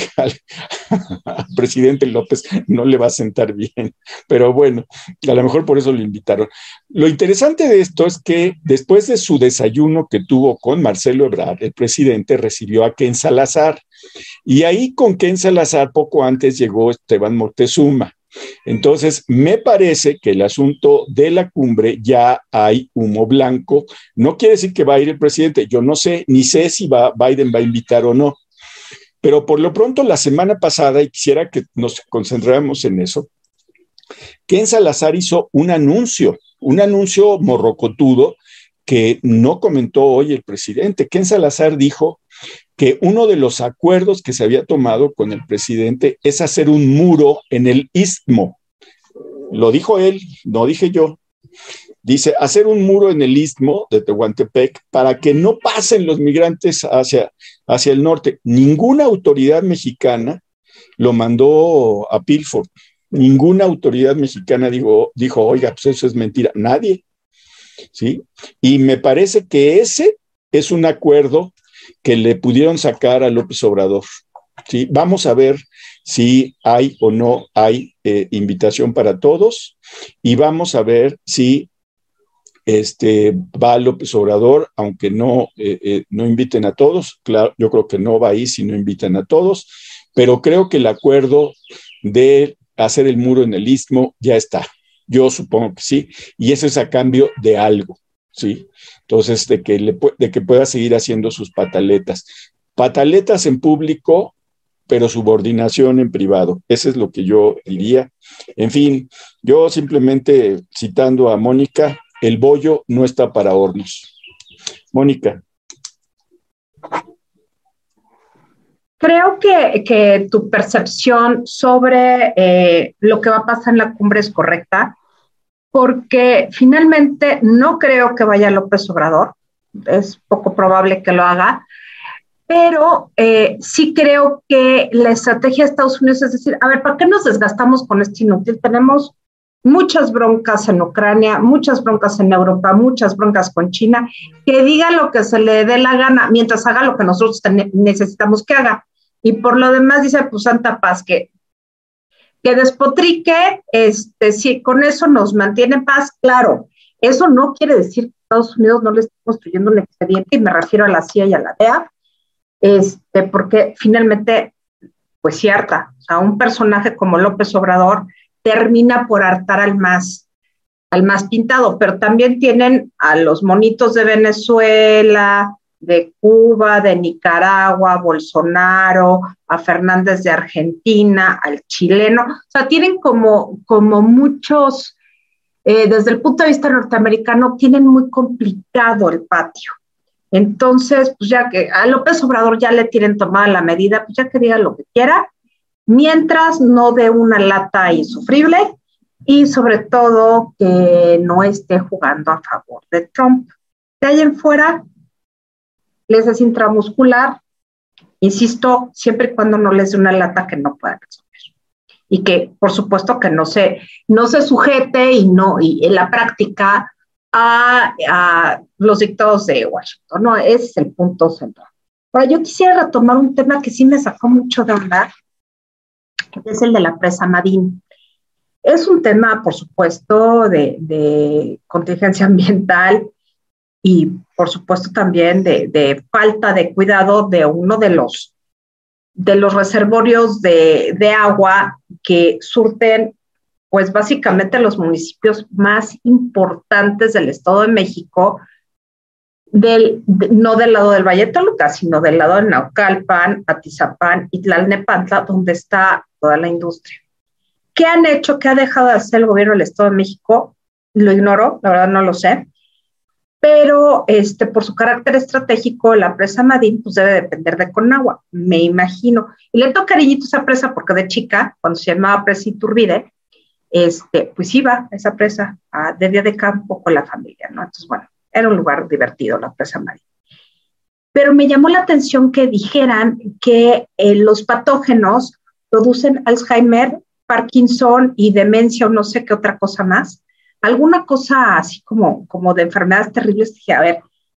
presidente López no le va a sentar bien. Pero bueno, a lo mejor por eso lo invitaron. Lo interesante de esto es que después de su desayuno que tuvo con Marcelo Ebrard, el presidente recibió a Ken Salazar. Y ahí con Ken Salazar poco antes llegó Esteban Moctezuma. Entonces, me parece que el asunto de la cumbre ya hay humo blanco. No quiere decir que va a ir el presidente. Yo no sé, ni sé si Biden va a invitar o no. Pero por lo pronto, la semana pasada, y quisiera que nos concentráramos en eso, Ken Salazar hizo un anuncio morrocotudo que no comentó hoy el presidente. Ken Salazar dijo que uno de los acuerdos que se había tomado con el presidente es hacer un muro en el Istmo. Lo dijo él, no dije yo. Dice, hacer un muro en el Istmo de Tehuantepec para que no pasen los migrantes hacia el norte. Ninguna autoridad mexicana lo mandó a Pilford. Ninguna autoridad mexicana dijo, oiga, pues eso es mentira. Nadie. ¿Sí? Y me parece que ese es un acuerdo que le pudieron sacar a López Obrador. ¿Sí? Vamos a ver si hay o no hay invitación para todos y vamos a ver si va López Obrador, aunque no inviten a todos. Claro, yo creo que no va ahí si no invitan a todos, pero creo que el acuerdo de hacer el muro en el Istmo ya está. Yo supongo que sí, y eso es a cambio de algo, ¿sí? Entonces, de que pueda seguir haciendo sus pataletas. Pataletas en público, pero subordinación en privado. Eso es lo que yo diría. En fin, yo simplemente citando a Mónica, el bollo no está para hornos. Mónica. Creo que tu percepción sobre lo que va a pasar en la cumbre es correcta. porque finalmente no creo que vaya López Obrador, es poco probable que lo haga, pero sí creo que la estrategia de Estados Unidos es decir, a ver, ¿para qué nos desgastamos con esto inútil? Tenemos muchas broncas en Ucrania, muchas broncas en Europa, muchas broncas con China, que diga lo que se le dé la gana, mientras haga lo que nosotros necesitamos que haga. Y por lo demás dice, pues santa paz, que despotrique, si con eso nos mantiene en paz, claro, eso no quiere decir que Estados Unidos no le esté construyendo un expediente, y me refiero a la CIA y a la DEA, porque finalmente, pues cierta, o sea, un personaje como López Obrador termina por hartar al más pintado, pero también tienen a los monitos de Venezuela, de Cuba, de Nicaragua, Bolsonaro, a Fernández de Argentina, al chileno, o sea, tienen como muchos, desde el punto de vista norteamericano, tienen muy complicado el patio. Entonces, pues ya que a López Obrador ya le tienen tomada la medida, pues ya que diga lo que quiera, mientras no dé una lata insufrible y sobre todo que no esté jugando a favor de Trump. De ahí en fuera, les es intramuscular, insisto, siempre y cuando no les dé una lata que no puedan resolver. Y que, por supuesto, que no se sujete y en la práctica a los dictados de Washington, ¿no? Ese es el punto central. Ahora, yo quisiera retomar un tema que sí me sacó mucho de onda, que es el de la presa Madín. Es un tema, por supuesto, de contingencia ambiental y, por supuesto, también de falta de cuidado de uno de los reservorios de agua que surten, pues, básicamente los municipios más importantes del Estado de México, no del lado del Valle de Toluca, sino del lado de Naucalpan, Atizapán y Tlalnepantla, donde está toda la industria. ¿Qué han hecho? ¿Qué ha dejado de hacer el gobierno del Estado de México? Lo ignoro, la verdad no lo sé, pero por su carácter estratégico, la presa Madín pues debe depender de Conagua, me imagino. Y le toca cariñito a esa presa porque de chica, cuando se llamaba presa Iturbide, pues iba a esa presa de día de campo con la familia, ¿no? Entonces, bueno, era un lugar divertido la presa Madín. Pero me llamó la atención que dijeran que los patógenos producen Alzheimer, Parkinson y demencia o no sé qué otra cosa más. Alguna cosa así como de enfermedades terribles. Dije, a ver,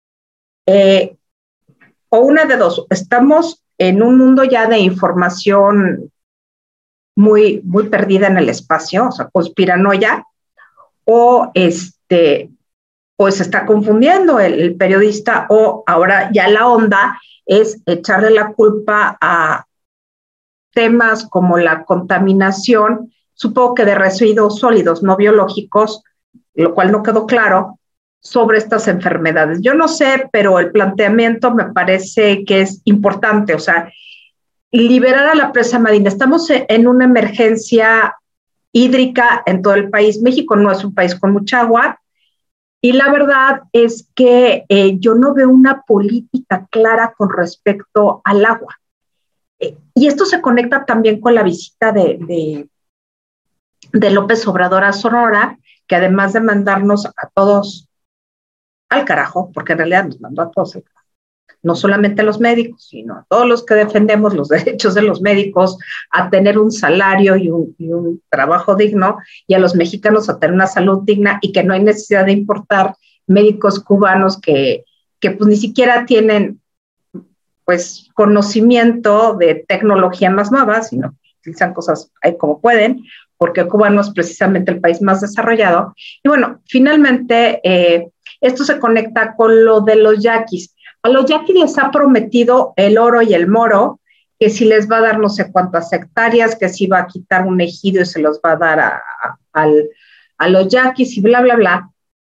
o una de dos, estamos en un mundo ya de información muy, muy perdida en el espacio, o sea, conspiranoia, o se está confundiendo el periodista, o ahora ya la onda es echarle la culpa a temas como la contaminación, supongo que de residuos sólidos no biológicos, lo cual no quedó claro, sobre estas enfermedades. Yo no sé, pero el planteamiento me parece que es importante, o sea, liberar a la presa Madín. Estamos en una emergencia hídrica en todo el país. México no es un país con mucha agua, y la verdad es que yo no veo una política clara con respecto al agua. Y esto se conecta también con la visita de López Obrador a Sonora, que además de mandarnos a todos al carajo, porque en realidad nos mandó a todos al carajo, no solamente a los médicos, sino a todos los que defendemos los derechos de los médicos a tener un salario y un trabajo digno, y a los mexicanos a tener una salud digna, y que no hay necesidad de importar médicos cubanos que pues ni siquiera tienen pues conocimiento de tecnología más nueva, sino utilizan cosas ahí como pueden, porque Cuba no es precisamente el país más desarrollado. Y bueno, finalmente esto se conecta con lo de los yaquis. A los yaquis les ha prometido el oro y el moro, que si les va a dar no sé cuántas hectáreas, que si va a quitar un ejido y se los va a dar a los yaquis y bla, bla, bla.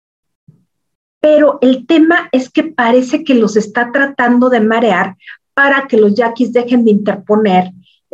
Pero el tema es que parece que los está tratando de marear para que los yaquis dejen de interponer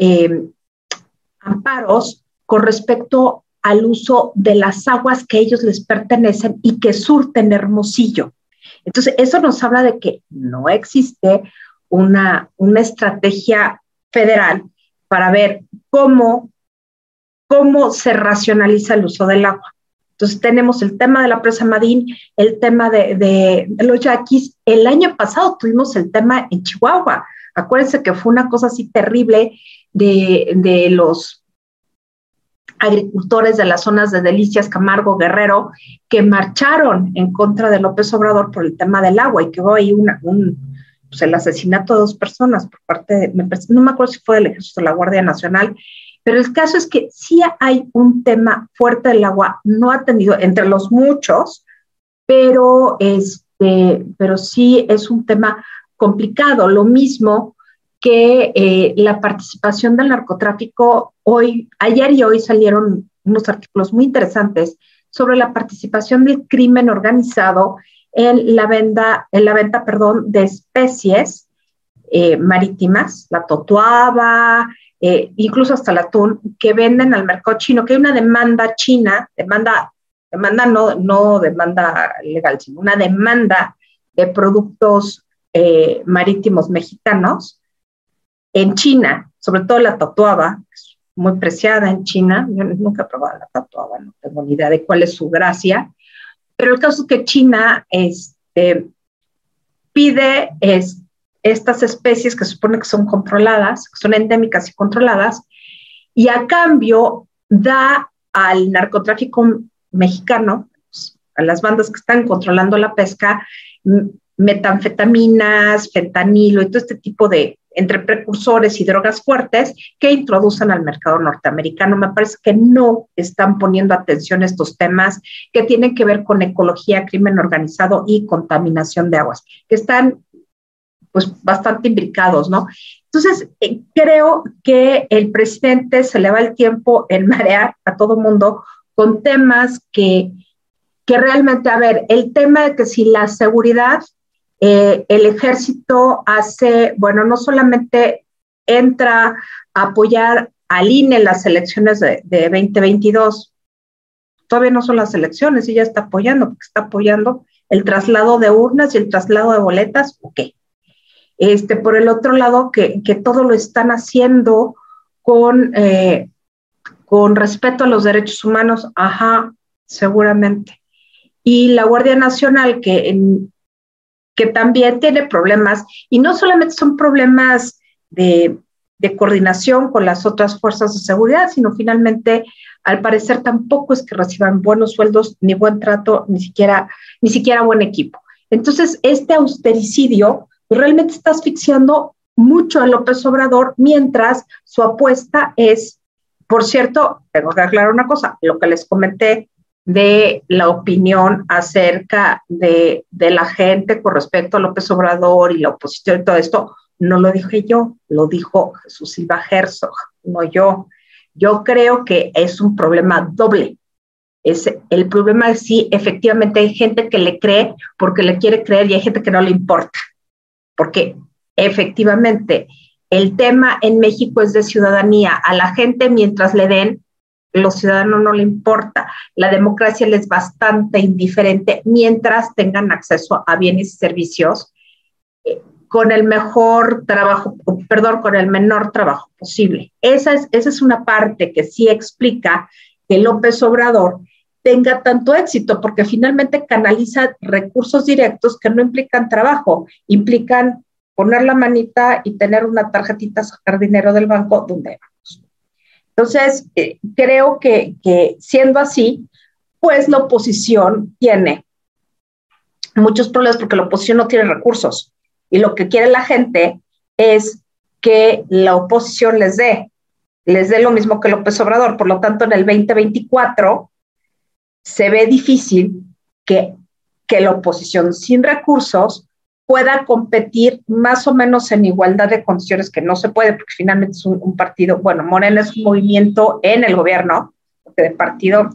amparos con respecto al uso de las aguas que a ellos les pertenecen y que surten Hermosillo. Entonces, eso nos habla de que no existe una estrategia federal para ver cómo se racionaliza el uso del agua. Entonces tenemos el tema de la presa Madín, el tema de los yaquis. El año pasado tuvimos el tema en Chihuahua. Acuérdense que fue una cosa así terrible de los agricultores de las zonas de Delicias, Camargo, Guerrero, que marcharon en contra de López Obrador por el tema del agua y que hubo ahí pues el asesinato de 2 personas por parte de, no me acuerdo si fue del Ejército o la Guardia Nacional, pero el caso es que sí hay un tema fuerte del agua, no atendido entre los muchos, pero sí es un tema complicado. Lo mismo que la participación del narcotráfico. Ayer y hoy salieron unos artículos muy interesantes sobre la participación del crimen organizado en la venta, de especies marítimas, la totuaba, incluso hasta el atún, que venden al mercado chino, que hay una demanda china, no demanda legal, sino una demanda de productos marítimos mexicanos en China, sobre todo la totuaba, muy preciada en China. Yo nunca he probado la totuaba, no tengo ni idea de cuál es su gracia, pero el caso es que China pide estas especies que se supone que son controladas, que son endémicas y controladas, y a cambio da al narcotráfico mexicano, a las bandas que están controlando la pesca, metanfetaminas, fentanilo y todo este tipo de entre precursores y drogas fuertes que introducen al mercado norteamericano. Me parece que no están poniendo atención a estos temas que tienen que ver con ecología, crimen organizado y contaminación de aguas, que están pues bastante imbricados, ¿no? Entonces, creo que el presidente se le va el tiempo en marear a todo mundo con temas que realmente, a ver, el tema de que si la seguridad, el ejército no solamente entra a apoyar al INE en las elecciones de 2022, todavía no son las elecciones, y ya está apoyando, porque está apoyando el traslado de urnas y el traslado de boletas, ¿o qué? Por el otro lado, que todo lo están haciendo con respeto a los derechos humanos, seguramente. Y la Guardia Nacional, que también tiene problemas, y no solamente son problemas de coordinación con las otras fuerzas de seguridad, sino finalmente, al parecer, tampoco es que reciban buenos sueldos, ni buen trato, ni siquiera buen equipo. Entonces, este austericidio realmente está asfixiando mucho a López Obrador, mientras su apuesta es, por cierto, tengo que aclarar una cosa, lo que les comenté de la opinión acerca de la gente con respecto a López Obrador y la oposición y todo esto, no lo dije yo, lo dijo Jesús Silva Herzog, no yo. Yo creo que es un problema doble. El problema es si efectivamente hay gente que le cree porque le quiere creer y hay gente que no le importa, porque efectivamente el tema en México es de ciudadanía. A la gente, mientras le den, los ciudadanos no le importa. La democracia les es bastante indiferente mientras tengan acceso a bienes y servicios con el menor trabajo posible. Esa es una parte que sí explica que López Obrador tenga tanto éxito, porque finalmente canaliza recursos directos que no implican trabajo, implican poner la manita y tener una tarjetita, sacar dinero del banco donde vamos. Entonces, creo que siendo así, pues la oposición tiene muchos problemas porque la oposición no tiene recursos y lo que quiere la gente es que la oposición les dé lo mismo que López Obrador. Por lo tanto, en el 2024 se ve difícil que la oposición sin recursos pueda competir más o menos en igualdad de condiciones, que no se puede porque finalmente es un partido, bueno, Morena es un movimiento en el gobierno, porque de partido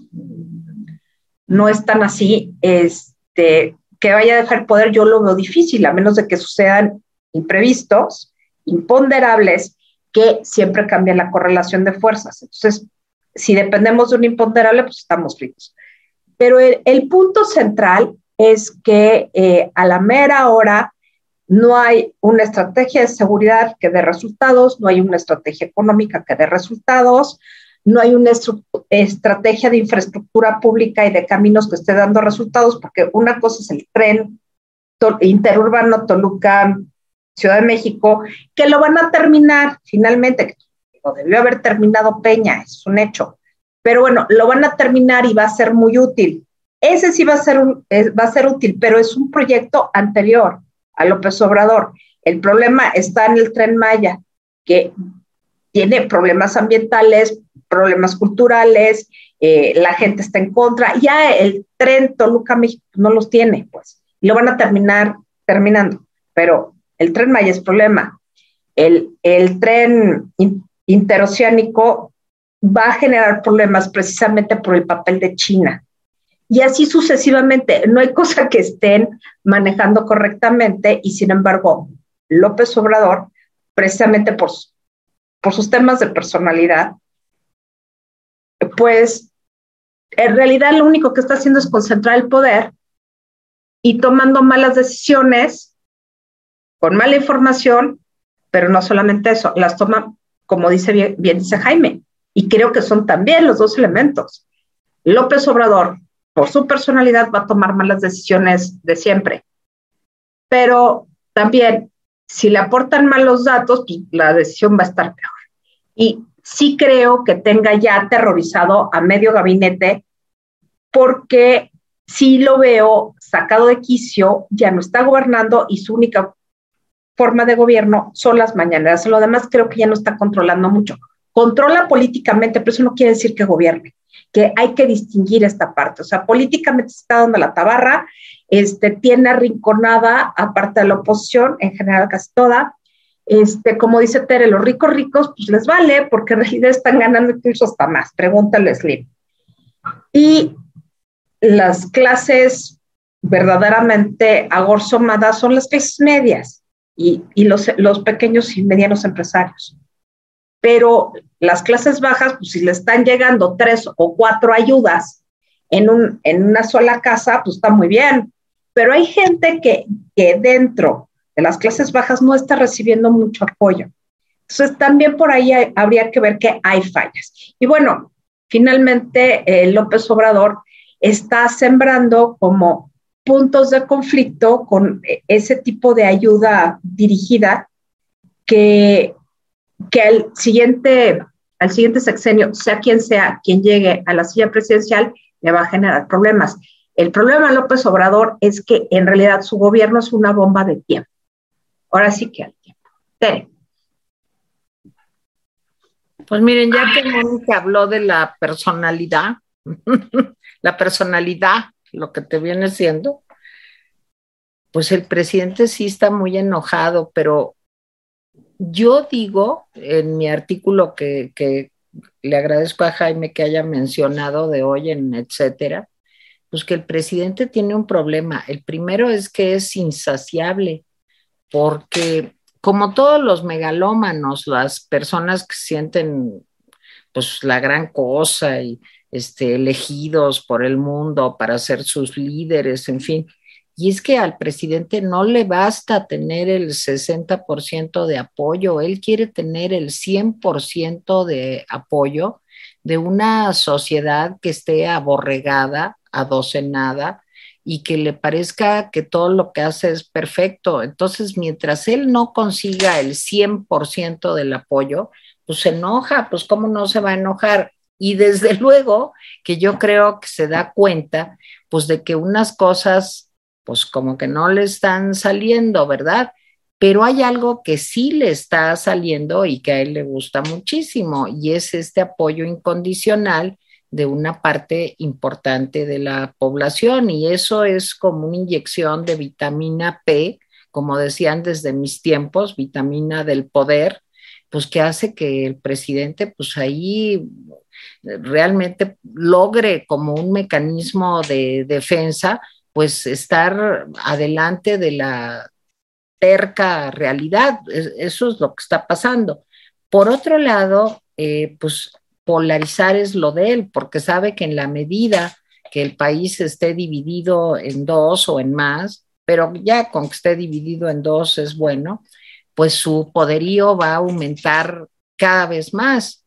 no es tan así, que vaya a dejar poder, yo lo veo difícil, a menos de que sucedan imprevistos, imponderables, que siempre cambian la correlación de fuerzas. Entonces, si dependemos de un imponderable, pues estamos fritos. Pero el punto central es que a la mera hora no hay una estrategia de seguridad que dé resultados, no hay una estrategia económica que dé resultados, no hay una estrategia de infraestructura pública y de caminos que esté dando resultados, porque una cosa es el tren interurbano Toluca, Ciudad de México, que lo van a terminar finalmente, lo debió haber terminado Peña, es un hecho, pero bueno, lo van a terminar y va a ser muy útil. Ese sí va a ser útil, pero es un proyecto anterior a López Obrador. El problema está en el Tren Maya, que tiene problemas ambientales, problemas culturales, la gente está en contra. Ya el tren Toluca-México no los tiene, pues, y lo van a terminando. Pero el Tren Maya es problema. El tren interoceánico va a generar problemas precisamente por el papel de China. Y así sucesivamente. No hay cosa que estén manejando correctamente y, sin embargo, López Obrador, precisamente por sus temas de personalidad, pues en realidad lo único que está haciendo es concentrar el poder y tomando malas decisiones con mala información, pero no solamente eso, las toma, como dice bien dice Jaime, y creo que son también los dos elementos. López Obrador, por su personalidad, va a tomar malas decisiones de siempre, pero también, si le aportan malos datos, pues la decisión va a estar peor. Y sí creo que tenga ya aterrorizado a medio gabinete, porque sí lo veo sacado de quicio, ya no está gobernando y su única forma de gobierno son las mañaneras. Lo demás creo que ya no está controlando mucho. Controla políticamente, pero eso no quiere decir que gobierne, que hay que distinguir esta parte. O sea, políticamente se está dando la tabarra, tiene arrinconada, aparte de la oposición, en general casi toda. Como dice Tere, los ricos, pues les vale, porque en realidad están ganando incluso hasta más. Pregúntale, Slim. Y las clases verdaderamente agorzomadas son las clases medias y los pequeños y medianos empresarios. Pero las clases bajas, pues si le están llegando 3 o 4 ayudas en una sola casa, pues está muy bien. Pero hay gente que dentro de las clases bajas no está recibiendo mucho apoyo. Entonces también por ahí habría que ver que hay fallas. Y bueno, finalmente López Obrador está sembrando como puntos de conflicto con ese tipo de ayuda dirigida que al siguiente sexenio, sea quien llegue a la silla presidencial, le va a generar problemas. El problema de López Obrador es que en realidad su gobierno es una bomba de tiempo. Ahora sí que hay tiempo. Tere. Pues miren, ya que Mónica habló de la personalidad, lo que te viene siendo, pues el presidente sí está muy enojado, pero yo digo en mi artículo que le agradezco a Jaime que haya mencionado de hoy en etcétera, pues que el presidente tiene un problema. El primero es que es insaciable, porque como todos los megalómanos, las personas que sienten pues la gran cosa y elegidos por el mundo para ser sus líderes, en fin. Y es que al presidente no le basta tener el 60% de apoyo, él quiere tener el 100% de apoyo de una sociedad que esté aborregada, adocenada, y que le parezca que todo lo que hace es perfecto. Entonces, mientras él no consiga el 100% del apoyo, pues se enoja, pues cómo no se va a enojar. Y desde luego que yo creo que se da cuenta, pues de que unas cosas, pues como que no le están saliendo, ¿verdad? Pero hay algo que sí le está saliendo y que a él le gusta muchísimo, y es este apoyo incondicional de una parte importante de la población, y eso es como una inyección de vitamina P, como decían desde mis tiempos, vitamina del poder, pues que hace que el presidente pues ahí realmente logre como un mecanismo de defensa, pues estar adelante de la terca realidad. Eso es lo que está pasando. Por otro lado, pues polarizar es lo de él, porque sabe que en la medida que el país esté dividido en dos o en más, pero ya con que esté dividido en dos es bueno, pues su poderío va a aumentar cada vez más.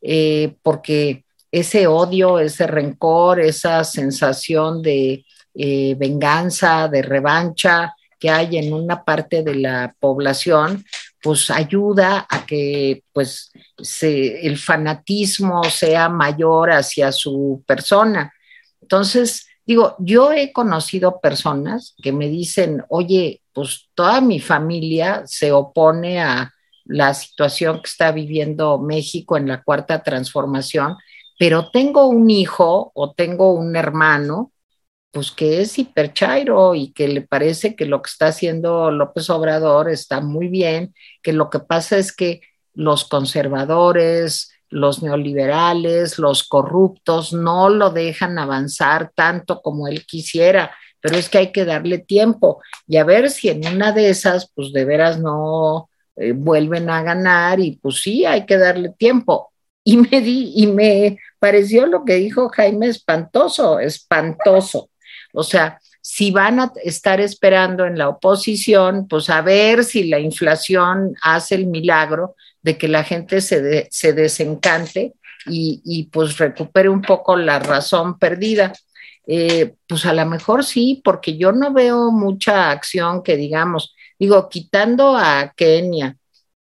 porque ese odio, ese rencor, esa sensación de venganza, de revancha que hay en una parte de la población, pues ayuda a que pues el fanatismo sea mayor hacia su persona. Entonces, digo, yo he conocido personas que me dicen, oye, pues toda mi familia se opone a la situación que está viviendo México en la cuarta transformación, pero tengo un hijo o tengo un hermano, pues que es hiperchairo y que le parece que lo que está haciendo López Obrador está muy bien, que lo que pasa es que los conservadores, los neoliberales, los corruptos no lo dejan avanzar tanto como él quisiera, pero es que hay que darle tiempo y a ver si en una de esas, pues de veras no vuelven a ganar y pues sí, hay que darle tiempo. Y me pareció lo que dijo Jaime espantoso, espantoso. O sea, si van a estar esperando en la oposición, pues a ver si la inflación hace el milagro de que la gente se desencante y pues recupere un poco la razón perdida. Pues a lo mejor sí, porque yo no veo mucha acción que digamos, digo, quitando a Kenia,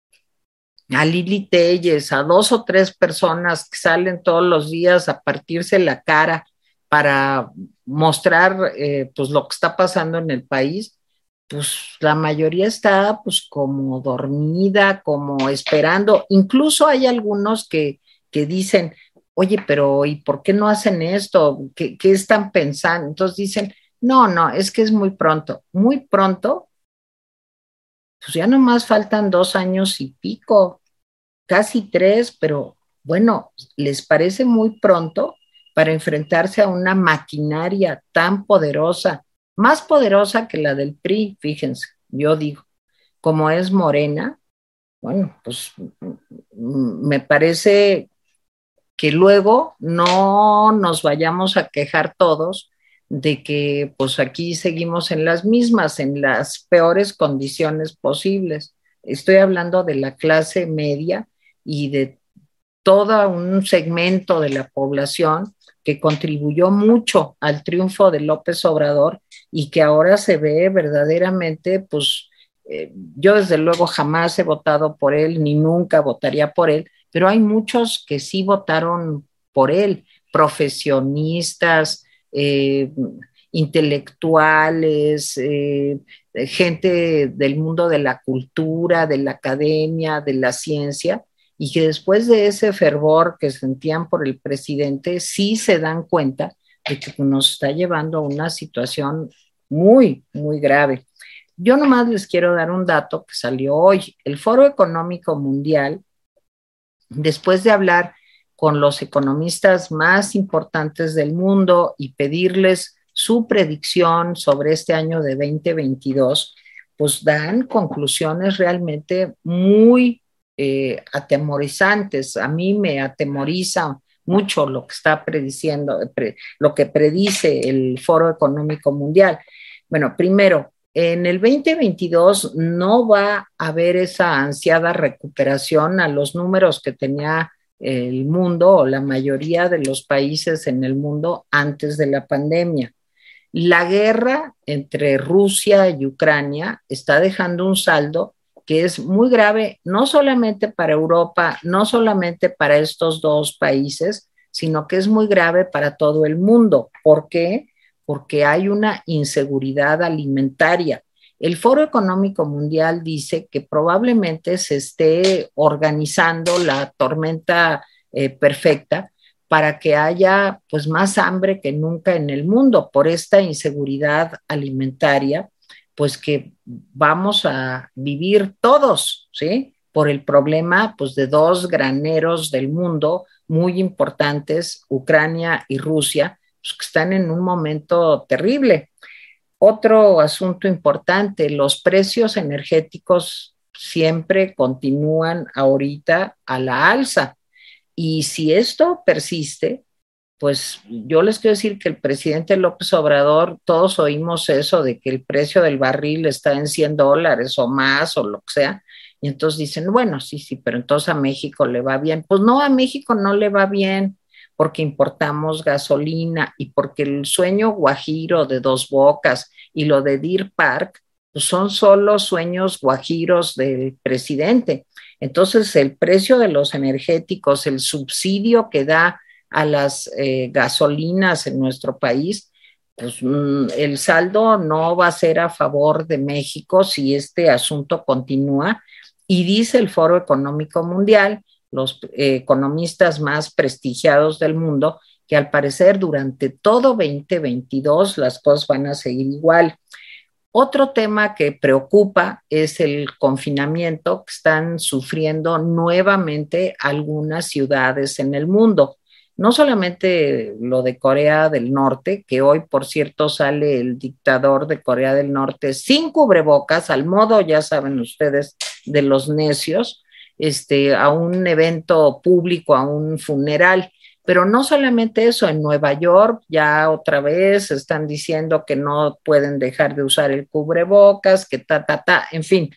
a Lili Telles, a dos o tres personas que salen todos los días a partirse la cara para mostrar pues lo que está pasando en el país, pues la mayoría está pues como dormida, como esperando. Incluso hay algunos que dicen, oye, pero ¿y por qué no hacen esto? ¿Qué están pensando? Entonces dicen, no, es que es muy pronto, pues ya nomás faltan 2 años y pico, casi 3, pero bueno, les parece muy pronto para enfrentarse a una maquinaria tan poderosa, más poderosa que la del PRI, fíjense, yo digo, como es Morena. Bueno, pues me parece que luego no nos vayamos a quejar todos de que pues aquí seguimos en las mismas, en las peores condiciones posibles. Estoy hablando de la clase media y de todo un segmento de la población que contribuyó mucho al triunfo de López Obrador y que ahora se ve verdaderamente, pues yo desde luego jamás he votado por él, ni nunca votaría por él, pero hay muchos que sí votaron por él, profesionistas, intelectuales, gente del mundo de la cultura, de la academia, de la ciencia, y que después de ese fervor que sentían por el presidente, sí se dan cuenta de que nos está llevando a una situación muy, muy grave. Yo nomás les quiero dar un dato que salió hoy. El Foro Económico Mundial, después de hablar con los economistas más importantes del mundo y pedirles su predicción sobre este año de 2022, pues dan conclusiones realmente muy atemorizantes. A mí me atemoriza mucho lo que está prediciendo, lo que predice el Foro Económico Mundial. Bueno, primero, en el 2022 no va a haber esa ansiada recuperación a los números que tenía el mundo o la mayoría de los países en el mundo antes de la pandemia. La guerra entre Rusia y Ucrania está dejando un saldo que es muy grave, no solamente para Europa, no solamente para estos dos países, sino que es muy grave para todo el mundo. ¿Por qué? Porque hay una inseguridad alimentaria. El Foro Económico Mundial dice que probablemente se esté organizando la tormenta perfecta para que haya pues más hambre que nunca en el mundo por esta inseguridad alimentaria, pues que vamos a vivir todos, ¿sí? Por el problema pues de dos graneros del mundo muy importantes, Ucrania y Rusia, pues, que están en un momento terrible. Otro asunto importante, los precios energéticos siempre continúan ahorita a la alza. Y si esto persiste, pues yo les quiero decir que el presidente López Obrador, todos oímos eso de que el precio del barril está en $100 o más o lo que sea, Y entonces dicen, bueno, sí, sí, pero entonces a México le va bien. Pues no, a México no le va bien porque importamos gasolina y porque el sueño guajiro de Dos Bocas y lo de Deer Park pues son solo sueños guajiros del presidente. Entonces, el precio de los energéticos, el subsidio que da a las gasolinas en nuestro país, pues el saldo no va a ser a favor de México si este asunto continúa. Y dice el Foro Económico Mundial, los economistas más prestigiados del mundo, que al parecer durante todo 2022 las cosas van a seguir igual. Otro tema que preocupa es el confinamiento que están sufriendo nuevamente algunas ciudades en el mundo. No solamente lo de Corea del Norte, que hoy, por cierto, sale el dictador de Corea del Norte sin cubrebocas, al modo, ya saben ustedes, de los necios, a un evento público, a un funeral. Pero no solamente eso, en Nueva York ya otra vez están diciendo que no pueden dejar de usar el cubrebocas, que en fin,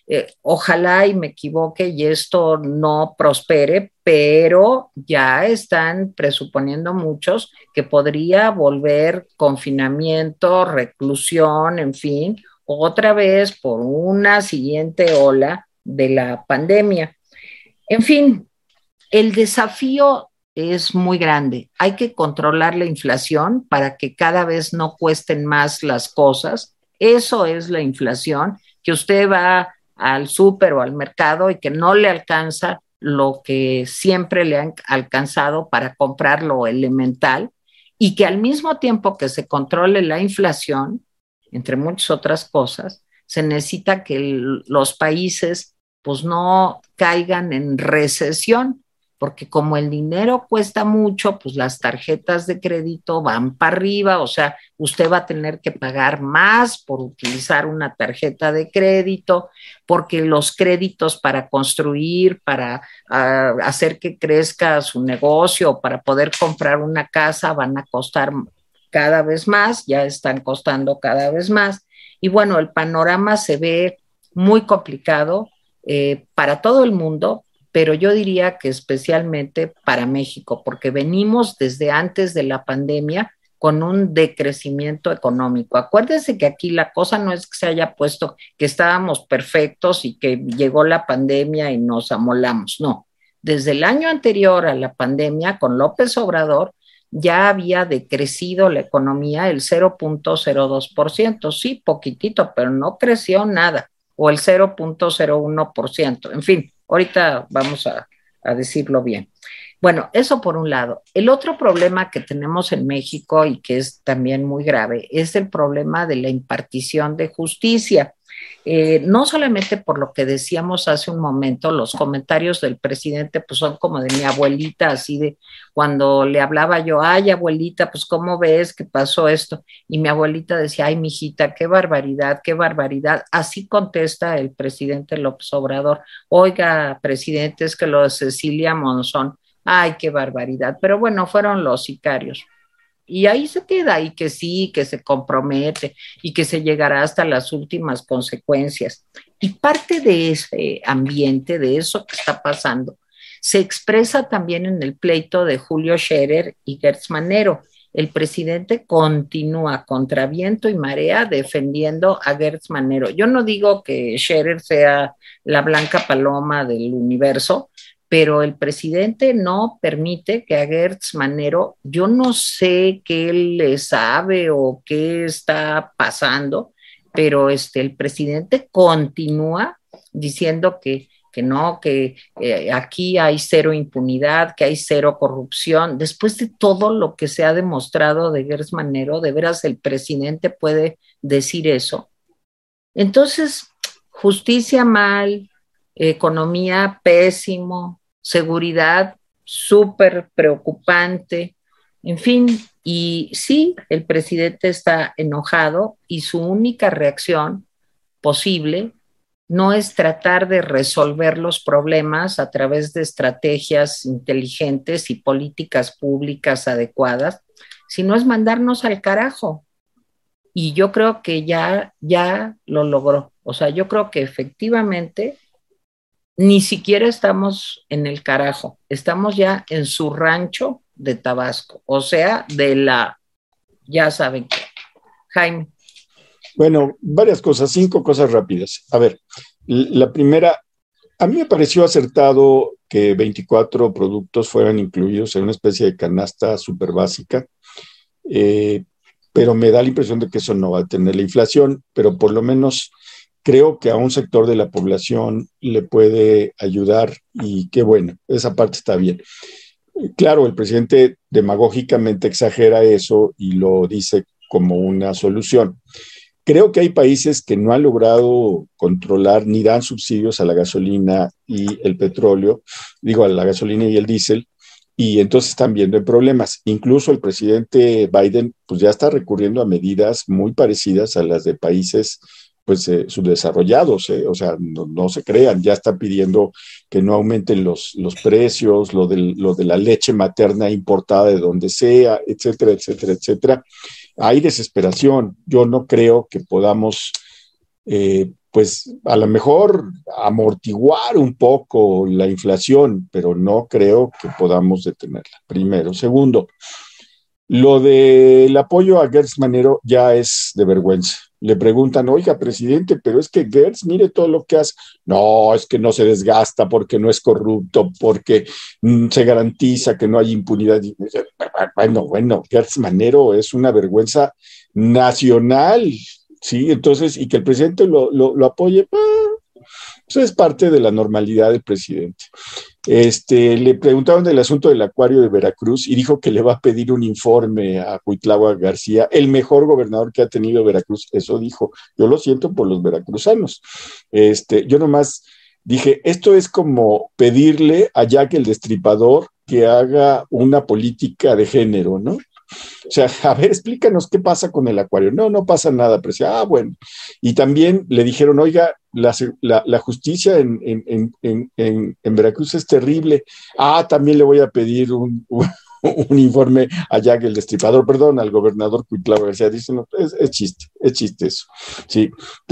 ojalá y me equivoque y esto no prospere, pero ya están presuponiendo muchos que podría volver confinamiento, reclusión, en fin, otra vez por una siguiente ola de la pandemia. En fin, el desafío es muy grande. Hay que controlar la inflación para que cada vez no cuesten más las cosas. Eso es la inflación, que usted va al súper o al mercado y que no le alcanza lo que siempre le han alcanzado para comprar lo elemental y que al mismo tiempo que se controle la inflación, entre muchas otras cosas, se necesita que los países pues no caigan en recesión, porque como el dinero cuesta mucho, pues las tarjetas de crédito van para arriba, o sea, usted va a tener que pagar más por utilizar una tarjeta de crédito, porque los créditos para construir, para hacer que crezca su negocio, para poder comprar una casa, van a costar cada vez más, ya están costando cada vez más. Y bueno, el panorama se ve muy complicado para todo el mundo, pero yo diría que especialmente para México, porque venimos desde antes de la pandemia con un decrecimiento económico. Acuérdense que aquí la cosa no es que se haya puesto que estábamos perfectos y que llegó la pandemia y nos amolamos, no. Desde el año anterior a la pandemia, con López Obrador, ya había decrecido la economía el 0.02%, sí, poquitito, pero no creció nada, o el 0.01%, en fin, ahorita vamos a decirlo bien. Bueno, eso por un lado. El otro problema que tenemos en México y que es también muy grave es el problema de la impartición de justicia. No solamente por lo que decíamos hace un momento, los comentarios del presidente pues son como de mi abuelita, así de cuando le hablaba yo, ay abuelita, pues ¿cómo ves que pasó esto? Y mi abuelita decía, ay mijita, qué barbaridad, qué barbaridad. Así contesta el presidente López Obrador, oiga presidente, es que lo de Cecilia Monzón, ay qué barbaridad, pero bueno, fueron los sicarios. Y ahí se queda, y que sí, que se compromete y que se llegará hasta las últimas consecuencias. Y parte de ese ambiente, de eso que está pasando, se expresa también en el pleito de Julio Scherer y Gertz Manero. El presidente continúa contra viento y marea defendiendo a Gertz Manero. Yo no digo que Scherer sea la blanca paloma del universo, pero el presidente no permite que a Gertz Manero, yo no sé qué le sabe o qué está pasando, pero el presidente continúa diciendo que no, que aquí hay cero impunidad, que hay cero corrupción. Después de todo lo que se ha demostrado de Gertz Manero, ¿de veras el presidente puede decir eso? Entonces, justicia mal, economía pésimo, seguridad súper preocupante, en fin, y sí, el presidente está enojado y su única reacción posible no es tratar de resolver los problemas a través de estrategias inteligentes y políticas públicas adecuadas, sino es mandarnos al carajo. Y yo creo que ya lo logró. O sea, yo creo que efectivamente ni siquiera estamos en el carajo, estamos ya en su rancho de Tabasco, o sea, ya saben, Jaime. Bueno, varias cosas, 5 cosas rápidas. A ver, la primera, a mí me pareció acertado que 24 productos fueran incluidos en una especie de canasta súper básica, pero me da la impresión de que eso no va a tener la inflación, pero por lo menos creo que a un sector de la población le puede ayudar y qué bueno, esa parte está bien. Claro, el presidente demagógicamente exagera eso y lo dice como una solución. Creo que hay países que no han logrado controlar ni dan subsidios a la gasolina y el petróleo, digo, a la gasolina y el diésel, y entonces están viendo en problemas. Incluso el presidente Biden pues ya está recurriendo a medidas muy parecidas a las de países pues subdesarrollados, o sea, no se crean, ya está pidiendo que no aumenten los precios, lo de la leche materna importada de donde sea, etcétera, etcétera, etcétera. Hay desesperación. Yo no creo que podamos, pues a lo mejor amortiguar un poco la inflación, pero no creo que podamos detenerla. Primero. Segundo, lo del apoyo a Gertz Manero ya es de vergüenza. Le preguntan, oiga, presidente, pero es que Gertz, mire todo lo que hace. No, es que no se desgasta porque no es corrupto, porque se garantiza que no hay impunidad. Bueno, Gertz Manero es una vergüenza nacional, ¿sí? Entonces, y que el presidente lo apoye, eso es parte de la normalidad del presidente. Le preguntaron del asunto del acuario de Veracruz y dijo que le va a pedir un informe a Cuitlahua García, el mejor gobernador que ha tenido Veracruz. Eso dijo. Yo lo siento por los veracruzanos. Yo nomás dije, esto es como pedirle a Jack el Destripador que haga una política de género, ¿no? O sea, a ver, explícanos qué pasa con el acuario. No pasa nada, pero bueno. Y también le dijeron, oiga, la justicia en Veracruz es terrible. También le voy a pedir un informe a Jack el Destripador, perdón, al gobernador Cuitlahua García. Dice, no, es chiste eso. Sí.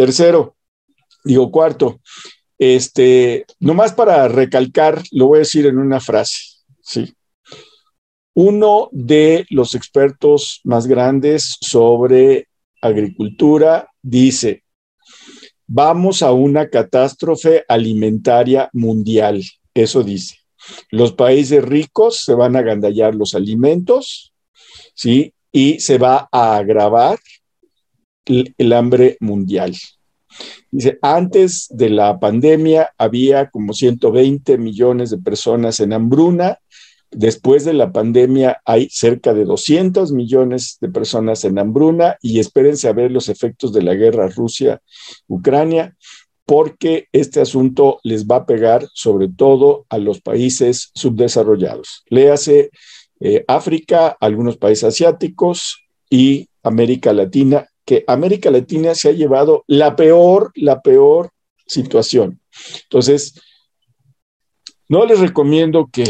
Cuarto, nomás para recalcar, lo voy a decir en una frase, ¿sí? Uno de los expertos más grandes sobre agricultura dice, vamos a una catástrofe alimentaria mundial. Eso dice. Los países ricos se van a agandallar los alimentos, ¿sí? Y se va a agravar el hambre mundial. Dice, antes de la pandemia había como 120 millones de personas en hambruna. Después de la pandemia hay cerca de 200 millones de personas en hambruna y espérense a ver los efectos de la guerra Rusia-Ucrania, porque este asunto les va a pegar sobre todo a los países subdesarrollados. Léase África, algunos países asiáticos y América Latina, que América Latina se ha llevado la peor situación. Entonces, no les recomiendo que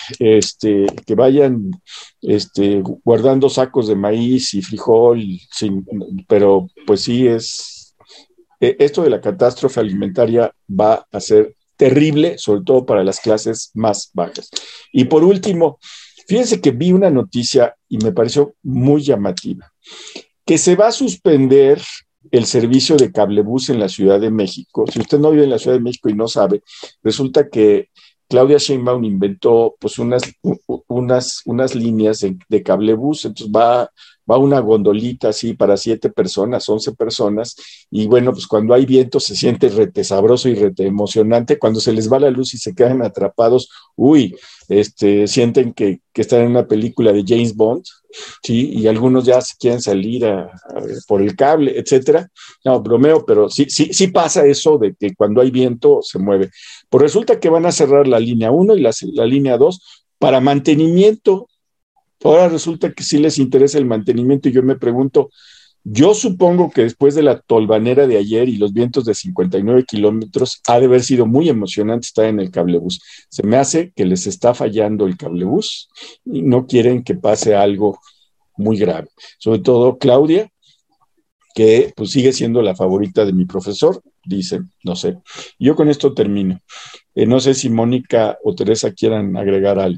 vayan guardando sacos de maíz y frijol, pero pues sí esto de la catástrofe alimentaria va a ser terrible, sobre todo para las clases más bajas. Y por último, fíjense que vi una noticia y me pareció muy llamativa, que se va a suspender el servicio de cablebús en la Ciudad de México. Si usted no vive en la Ciudad de México y no sabe, resulta que Claudia Sheinbaum inventó pues unas líneas de cablebús, entonces va una gondolita así para 7 personas, 11 personas, y bueno, pues cuando hay viento se siente rete sabroso y rete emocionante. Cuando se les va la luz y se quedan atrapados, sienten que están en una película de James Bond, ¿sí? Y algunos ya se quieren salir por el cable, etcétera. No, bromeo, pero sí pasa eso de que cuando hay viento se mueve. Pues resulta que van a cerrar la línea 1 y la línea 2 para mantenimiento. Ahora resulta que sí les interesa el mantenimiento y yo me pregunto, yo supongo que después de la tolvanera de ayer y los vientos de 59 kilómetros, ha de haber sido muy emocionante estar en el cablebús. Se me hace que les está fallando el cablebús y no quieren que pase algo muy grave. Sobre todo Claudia, que pues sigue siendo la favorita de mi profesor, dice, no sé. Yo con esto termino. No sé si Mónica o Teresa quieran agregar algo.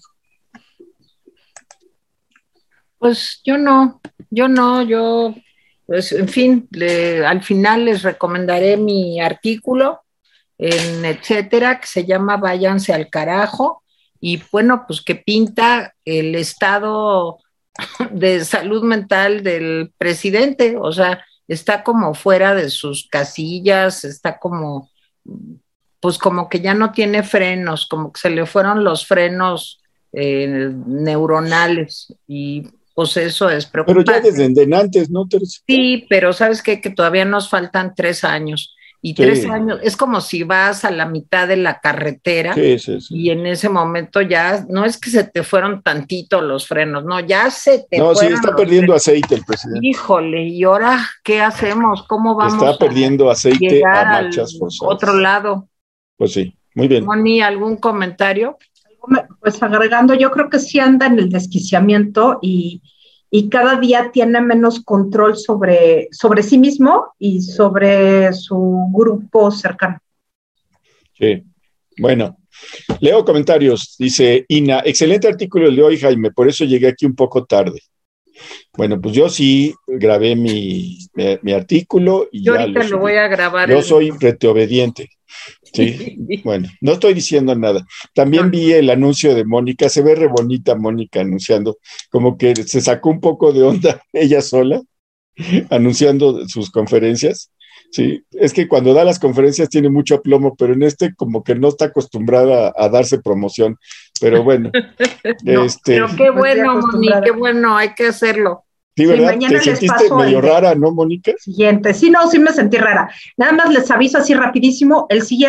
Pues yo, pues en fin, al final les recomendaré mi artículo en etcétera, que se llama Váyanse al carajo, y bueno, pues que pinta el estado de salud mental del presidente, o sea, está como fuera de sus casillas, está como, pues como que ya no tiene frenos, como que se le fueron los frenos neuronales y pues eso es Pero ya preocupante. desde antes, ¿no, Teresa? Sí, pero sabes qué? Que todavía nos faltan 3 años. Y tres Sí, años es como si vas a la mitad de la carretera sí, sí, sí. y en ese momento ya no es que se te fueron tantito los frenos, no, ya se te No, sí, fueron está los perdiendo frenos. aceite el presidente. Híjole, ¿y ahora qué hacemos? ¿Cómo Está vamos a perdiendo aceite a llegar al marchas otro forzadas. lado? Pues sí, muy bien. Moni, ¿algún comentario? Pues agregando, yo creo que sí anda en el desquiciamiento y cada día tiene menos control sobre sí mismo y sobre su grupo cercano. Sí, bueno. Leo comentarios. Dice Ina, excelente artículo el de hoy, Jaime, por eso llegué aquí un poco tarde. Bueno, pues yo sí grabé mi artículo y Yo ya lo ahorita lo subí. voy a grabar. Yo soy reteobediente. Sí, bueno, no estoy diciendo nada. También No, vi el anuncio de Mónica, se ve re bonita Mónica anunciando, como que se sacó un poco de onda ella sola, anunciando sus conferencias. Sí, es que cuando da las conferencias tiene mucho aplomo, pero en este como que no está acostumbrada a darse promoción. Pero bueno, no, pero qué No estoy bueno, Moni, qué acostumbrada. bueno, hay que hacerlo. sí, Sí, ¿verdad? Te mañana les sentiste paso medio el de rara, ¿no, Mónica? siguiente. Sí, no, sí me sentí rara. Nada más les aviso así rapidísimo.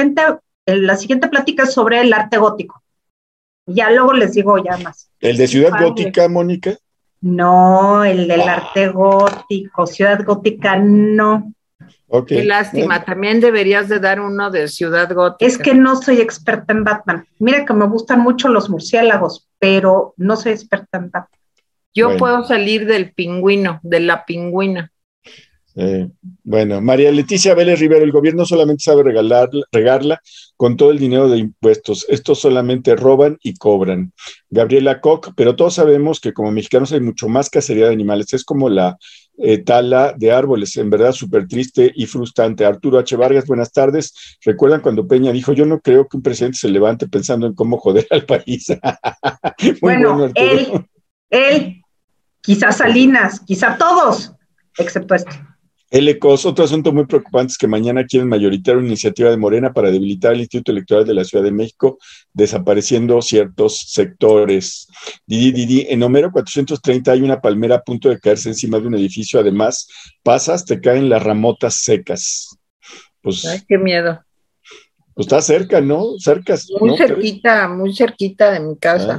La siguiente plática es sobre el arte gótico. Ya luego les digo ya más. El de Qué Ciudad padre. Gótica, Mónica. No, el del Ah, arte gótico, Ciudad Gótica, no. ok, Qué bueno. lástima, también deberías de dar uno de Ciudad Es Gótica. que no soy experta en Batman. Mira que me gustan mucho los murciélagos, pero no soy experta en Batman. Yo Bueno, puedo salir del pingüino, de la pingüina. eh, bueno, María Leticia Vélez Rivero, el gobierno solamente sabe regarla con todo el dinero de impuestos. Estos solamente roban y cobran. Gabriela Koch, pero todos sabemos que como mexicanos hay mucho más cacería de animales. Es como la tala de árboles, en verdad súper triste y frustrante. Arturo H. Vargas, buenas tardes. ¿Recuerdan cuando Peña dijo, yo no creo que un presidente se levante pensando en cómo joder al país? Muy bueno, Bueno, Arturo. él, quizás Pues sí. Salinas, quizá todos, excepto este. L.Cos, otro asunto muy preocupante es que mañana quieren mayoritear una iniciativa de Morena para debilitar el Instituto Electoral de la Ciudad de México, desapareciendo ciertos sectores. Didi, en Homero 430 hay una palmera a punto de caerse encima de un edificio. Además, pasas, te caen las ramotas secas. Ay, Pues, qué miedo. pues está cerca, ¿no? Cercas, ¿no? Muy cerquita de mi ¿Ah? casa.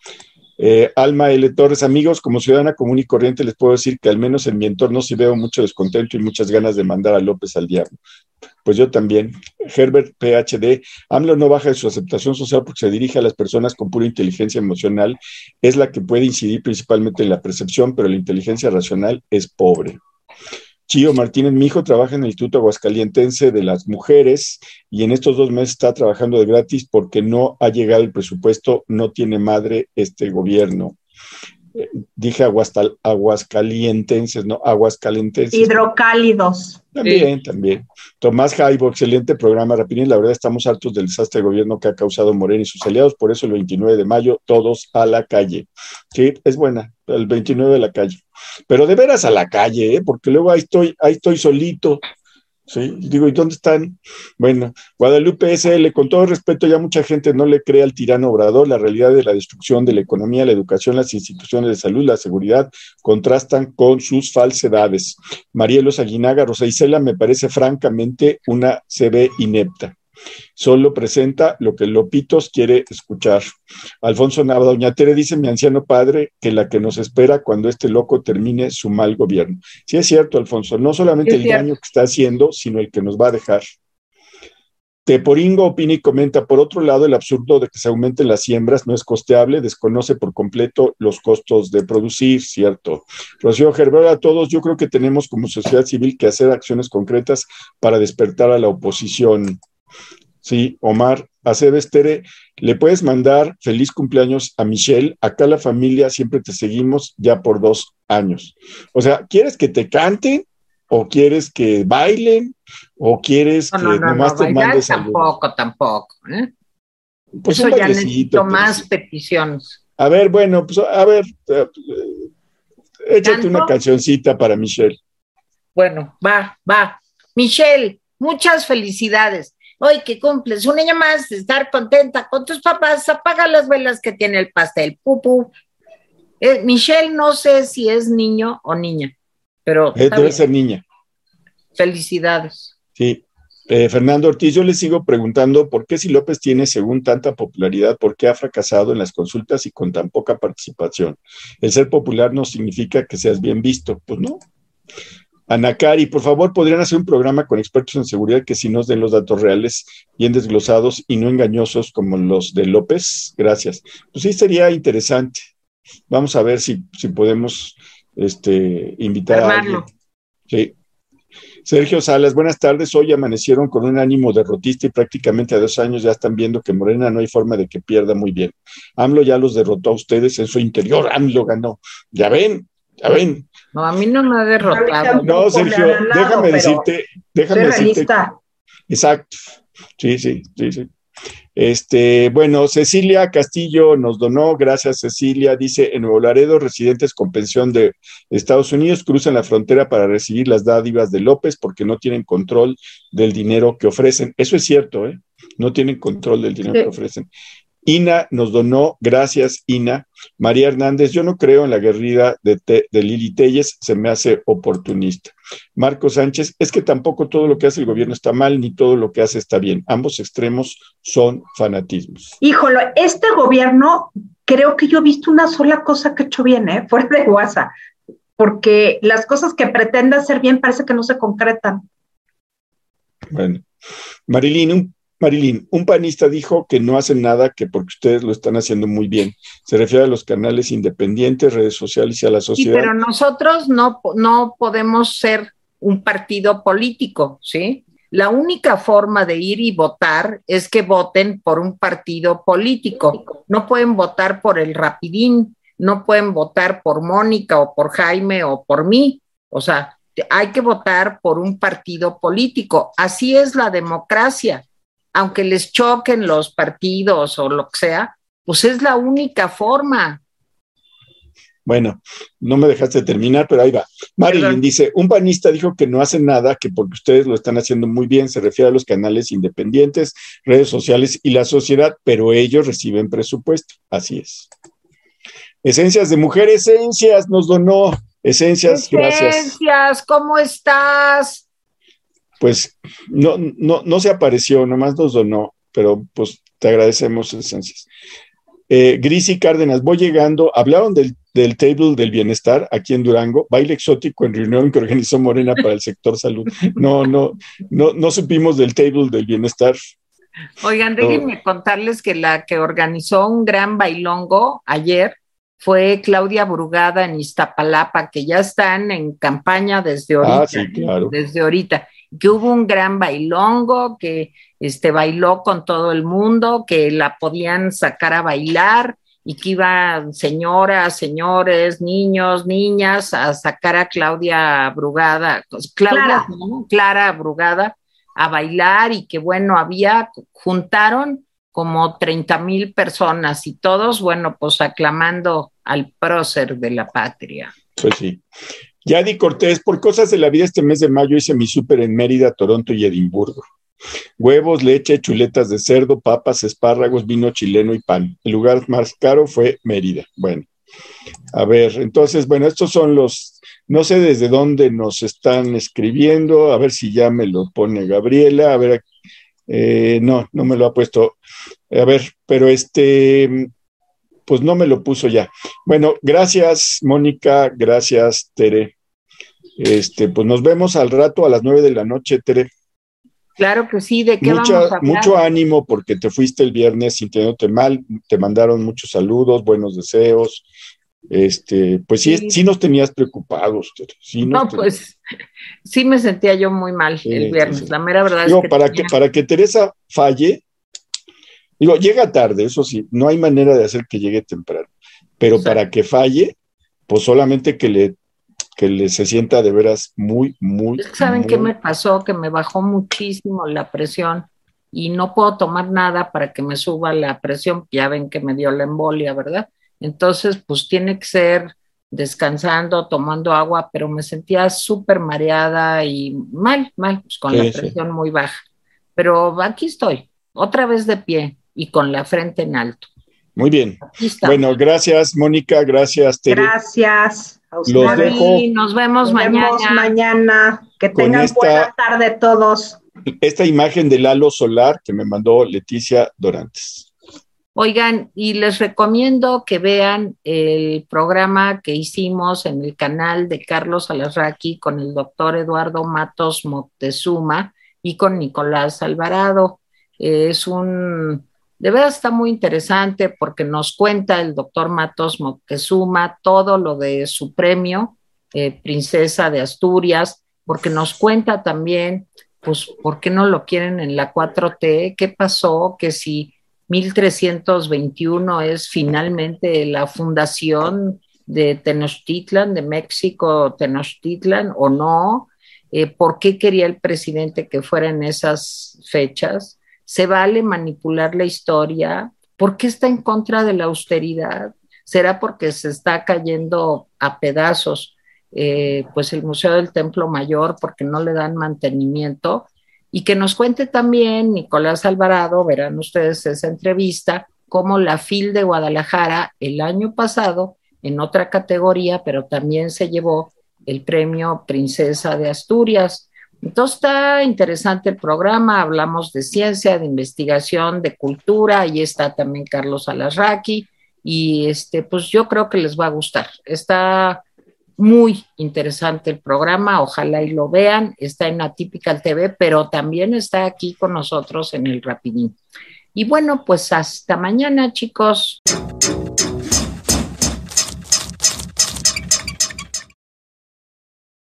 Alma L. Torres, amigos, como ciudadana común y corriente les puedo decir que al menos en mi entorno sí veo mucho descontento y muchas ganas de mandar a López al diablo. Pues yo también. Herbert PhD, AMLO no baja de su aceptación social porque se dirige a las personas con pura inteligencia emocional, es la que puede incidir principalmente en la percepción, pero la inteligencia racional es pobre. Chío Martínez, mi hijo trabaja en el Instituto Aguascalientense de las Mujeres y en estos 2 meses está trabajando de gratis porque no ha llegado el presupuesto, no tiene madre este gobierno. Dije aguascalientenses, no, aguascalentenses. Hidrocálidos. Sí. También. Tomás Jaibo, excelente programa, Rapidín. La verdad, estamos hartos del desastre de gobierno que ha causado Morena y sus aliados. Por eso el 29 de mayo, todos a la calle. Sí, es buena, el 29 de la calle. Pero de veras a la calle, ¿eh? Porque luego ahí estoy solito. Sí, digo, ¿y dónde están? Bueno, Guadalupe SL, con todo respeto, ya mucha gente no le cree al tirano Obrador. La realidad de la destrucción de la economía, la educación, las instituciones de salud, la seguridad, contrastan con sus falsedades. Marielos Aguinaga, Rosa Isela, me parece francamente una CB inepta. Solo presenta lo que Lopitos quiere escuchar. Alfonso Nava, doña Tere dice mi anciano padre que la que nos espera cuando este loco termine su mal gobierno. Sí es cierto, Alfonso, no solamente Es el daño cierto. que está haciendo, sino el que nos va a dejar. Teporingo opina y comenta, por otro lado, el absurdo de que se aumenten las siembras no es costeable, desconoce por completo los costos de producir, ¿cierto? Rocío Gerber, a todos, yo creo que tenemos como sociedad civil que hacer acciones concretas para despertar a la oposición. Sí, Omar Aceves, Tere, le puedes mandar feliz cumpleaños a Michelle, acá la familia siempre te seguimos ya por 2 años. O sea, ¿quieres que te canten? ¿O quieres que bailen? ¿O quieres que nomás te mande saludos? Tampoco, ¿eh? Pues eso ya necesito más peticiones. A ver, bueno, pues a ver, échate una cancioncita para Michelle. Bueno, va. Michelle, muchas felicidades. Hoy que cumples un año más de estar contenta con tus papás, apaga las velas que tiene el pastel. Pupu. Michelle, no sé si es niño o niña, pero debe ser niña. Felicidades. Sí. Fernando Ortiz, yo le sigo preguntando por qué si López tiene, según tanta popularidad, por qué ha fracasado en las consultas y con tan poca participación. El ser popular no significa que seas bien visto, pues no. Ana Cari, por favor, ¿podrían hacer un programa con expertos en seguridad que sí nos den los datos reales, bien desglosados y no engañosos como los de López? Gracias. Pues sí, sería interesante. Vamos a ver si podemos invitar a alguien. Sí. Sergio Salas, buenas tardes. Hoy amanecieron con un ánimo derrotista y prácticamente a 2 años ya están viendo que Morena no hay forma de que pierda muy bien. AMLO ya los derrotó a ustedes en su interior. AMLO ganó. Ya ven. No, a mí no me ha derrotado. No, Sergio, déjame decirte. Exacto. Sí. Bueno, Cecilia Castillo nos donó, gracias Cecilia, dice, en Nuevo Laredo, residentes con pensión de Estados Unidos cruzan la frontera para recibir las dádivas de López porque no tienen control del dinero que ofrecen. Eso es cierto, ¿eh? No tienen control del dinero que ofrecen. Ina nos donó, gracias Ina. María Hernández, yo no creo en la guerrilla de Lili Telles, se me hace oportunista. Marco Sánchez, es que tampoco todo lo que hace el gobierno está mal, ni todo lo que hace está bien. Ambos extremos son fanatismos. Híjole, este gobierno, creo que yo he visto una sola cosa que ha hecho bien, fuera de WhatsApp, porque las cosas que pretende hacer bien parece que no se concretan. Bueno, Marilyn, un panista dijo que no hacen nada, que porque ustedes lo están haciendo muy bien. Se refiere a los canales independientes, redes sociales y a la sociedad. Sí, pero nosotros no podemos ser un partido político, ¿sí? La única forma de ir y votar es que voten por un partido político. No pueden votar por el Rapidín, no pueden votar por Mónica o por Jaime o por mí. O sea, hay que votar por un partido político. Así es la democracia. Aunque les choquen los partidos o lo que sea, pues es la única forma. Bueno, no me dejaste terminar, pero ahí va. Marilyn dice, un panista dijo que no hacen nada, que porque ustedes lo están haciendo muy bien, se refiere a los canales independientes, redes sociales y la sociedad, pero ellos reciben presupuesto. Así es. Esencias de Mujer, Esencias nos donó. Esencias, gracias. Esencias, ¿cómo estás? Pues no se apareció, nomás nos donó, pero pues te agradecemos, Esencias. Grisi Cárdenas, voy llegando, hablaron del Table del Bienestar aquí en Durango, baile exótico en reunión que organizó Morena para el sector salud. No supimos del Table del Bienestar. Oigan, déjenme contarles que la que organizó un gran bailongo ayer fue Claudia Brugada en Iztapalapa, que ya están en campaña desde ahorita. Sí, claro. Desde ahorita. Que hubo un gran bailongo, que bailó con todo el mundo, que la podían sacar a bailar y que iban señoras, señores, niños, niñas a sacar a Claudia Brugada, Clara Brugada a bailar y que bueno, juntaron como 30,000 personas y todos, bueno, pues aclamando al prócer de la patria. Pues sí. Yadi Cortés, por cosas de la vida este mes de mayo hice mi súper en Mérida, Toronto y Edimburgo. Huevos, leche, chuletas de cerdo, papas, espárragos, vino chileno y pan. El lugar más caro fue Mérida. Bueno, a ver, entonces, bueno, estos son no sé desde dónde nos están escribiendo, a ver si ya me lo pone Gabriela, a ver, no me lo ha puesto. A ver, pero pues no me lo puso ya. Bueno, gracias, Mónica, gracias, Tere. Pues nos vemos al rato a las 9 de la noche, Tere. Claro que sí, ¿de qué vamos a hablar? Mucho ánimo porque te fuiste el viernes sintiéndote mal, te mandaron muchos saludos, buenos deseos. Pues sí nos tenías preocupados. Pues sí me sentía yo muy mal el viernes, sí. La mera verdad es que para que Teresa falle, llega tarde, eso sí, no hay manera de hacer que llegue temprano, pero para que falle, pues solamente que se sienta de veras muy. ¿Saben qué me pasó? Que me bajó muchísimo la presión y no puedo tomar nada para que me suba la presión. Ya ven que me dio la embolia, ¿verdad? Entonces, pues tiene que ser descansando, tomando agua, pero me sentía súper mareada y mal, pues con la presión muy baja. Pero aquí estoy, otra vez de pie y con la frente en alto. Muy bien. Bueno, gracias, Mónica, gracias, Tere. Gracias. Los dejo. Nos vemos mañana. Que tengan buena tarde todos. Esta imagen del halo solar que me mandó Leticia Dorantes. Oigan, y les recomiendo que vean el programa que hicimos en el canal de Carlos Alarraqui con el doctor Eduardo Matos Moctezuma y con Nicolás Alvarado. De verdad está muy interesante porque nos cuenta el doctor Matos Moctezuma todo lo de su premio, Princesa de Asturias, porque nos cuenta también, pues, por qué no lo quieren en la 4T, qué pasó, que si 1321 es finalmente la fundación de Tenochtitlan, de México, Tenochtitlan, o no, por qué quería el presidente que fuera en esas fechas. ¿Se vale manipular la historia? ¿Por qué está en contra de la austeridad? ¿Será porque se está cayendo a pedazos pues el Museo del Templo Mayor porque no le dan mantenimiento? Y que nos cuente también Nicolás Alvarado, verán ustedes esa entrevista, cómo la FIL de Guadalajara el año pasado, en otra categoría, pero también se llevó el premio Princesa de Asturias. Entonces está interesante el programa, hablamos de ciencia, de investigación, de cultura, ahí está también Carlos Alarraqui, y pues yo creo que les va a gustar. Está muy interesante el programa, ojalá y lo vean, está en Atypical TV, pero también está aquí con nosotros en el Rapidín. Y bueno, pues hasta mañana, chicos.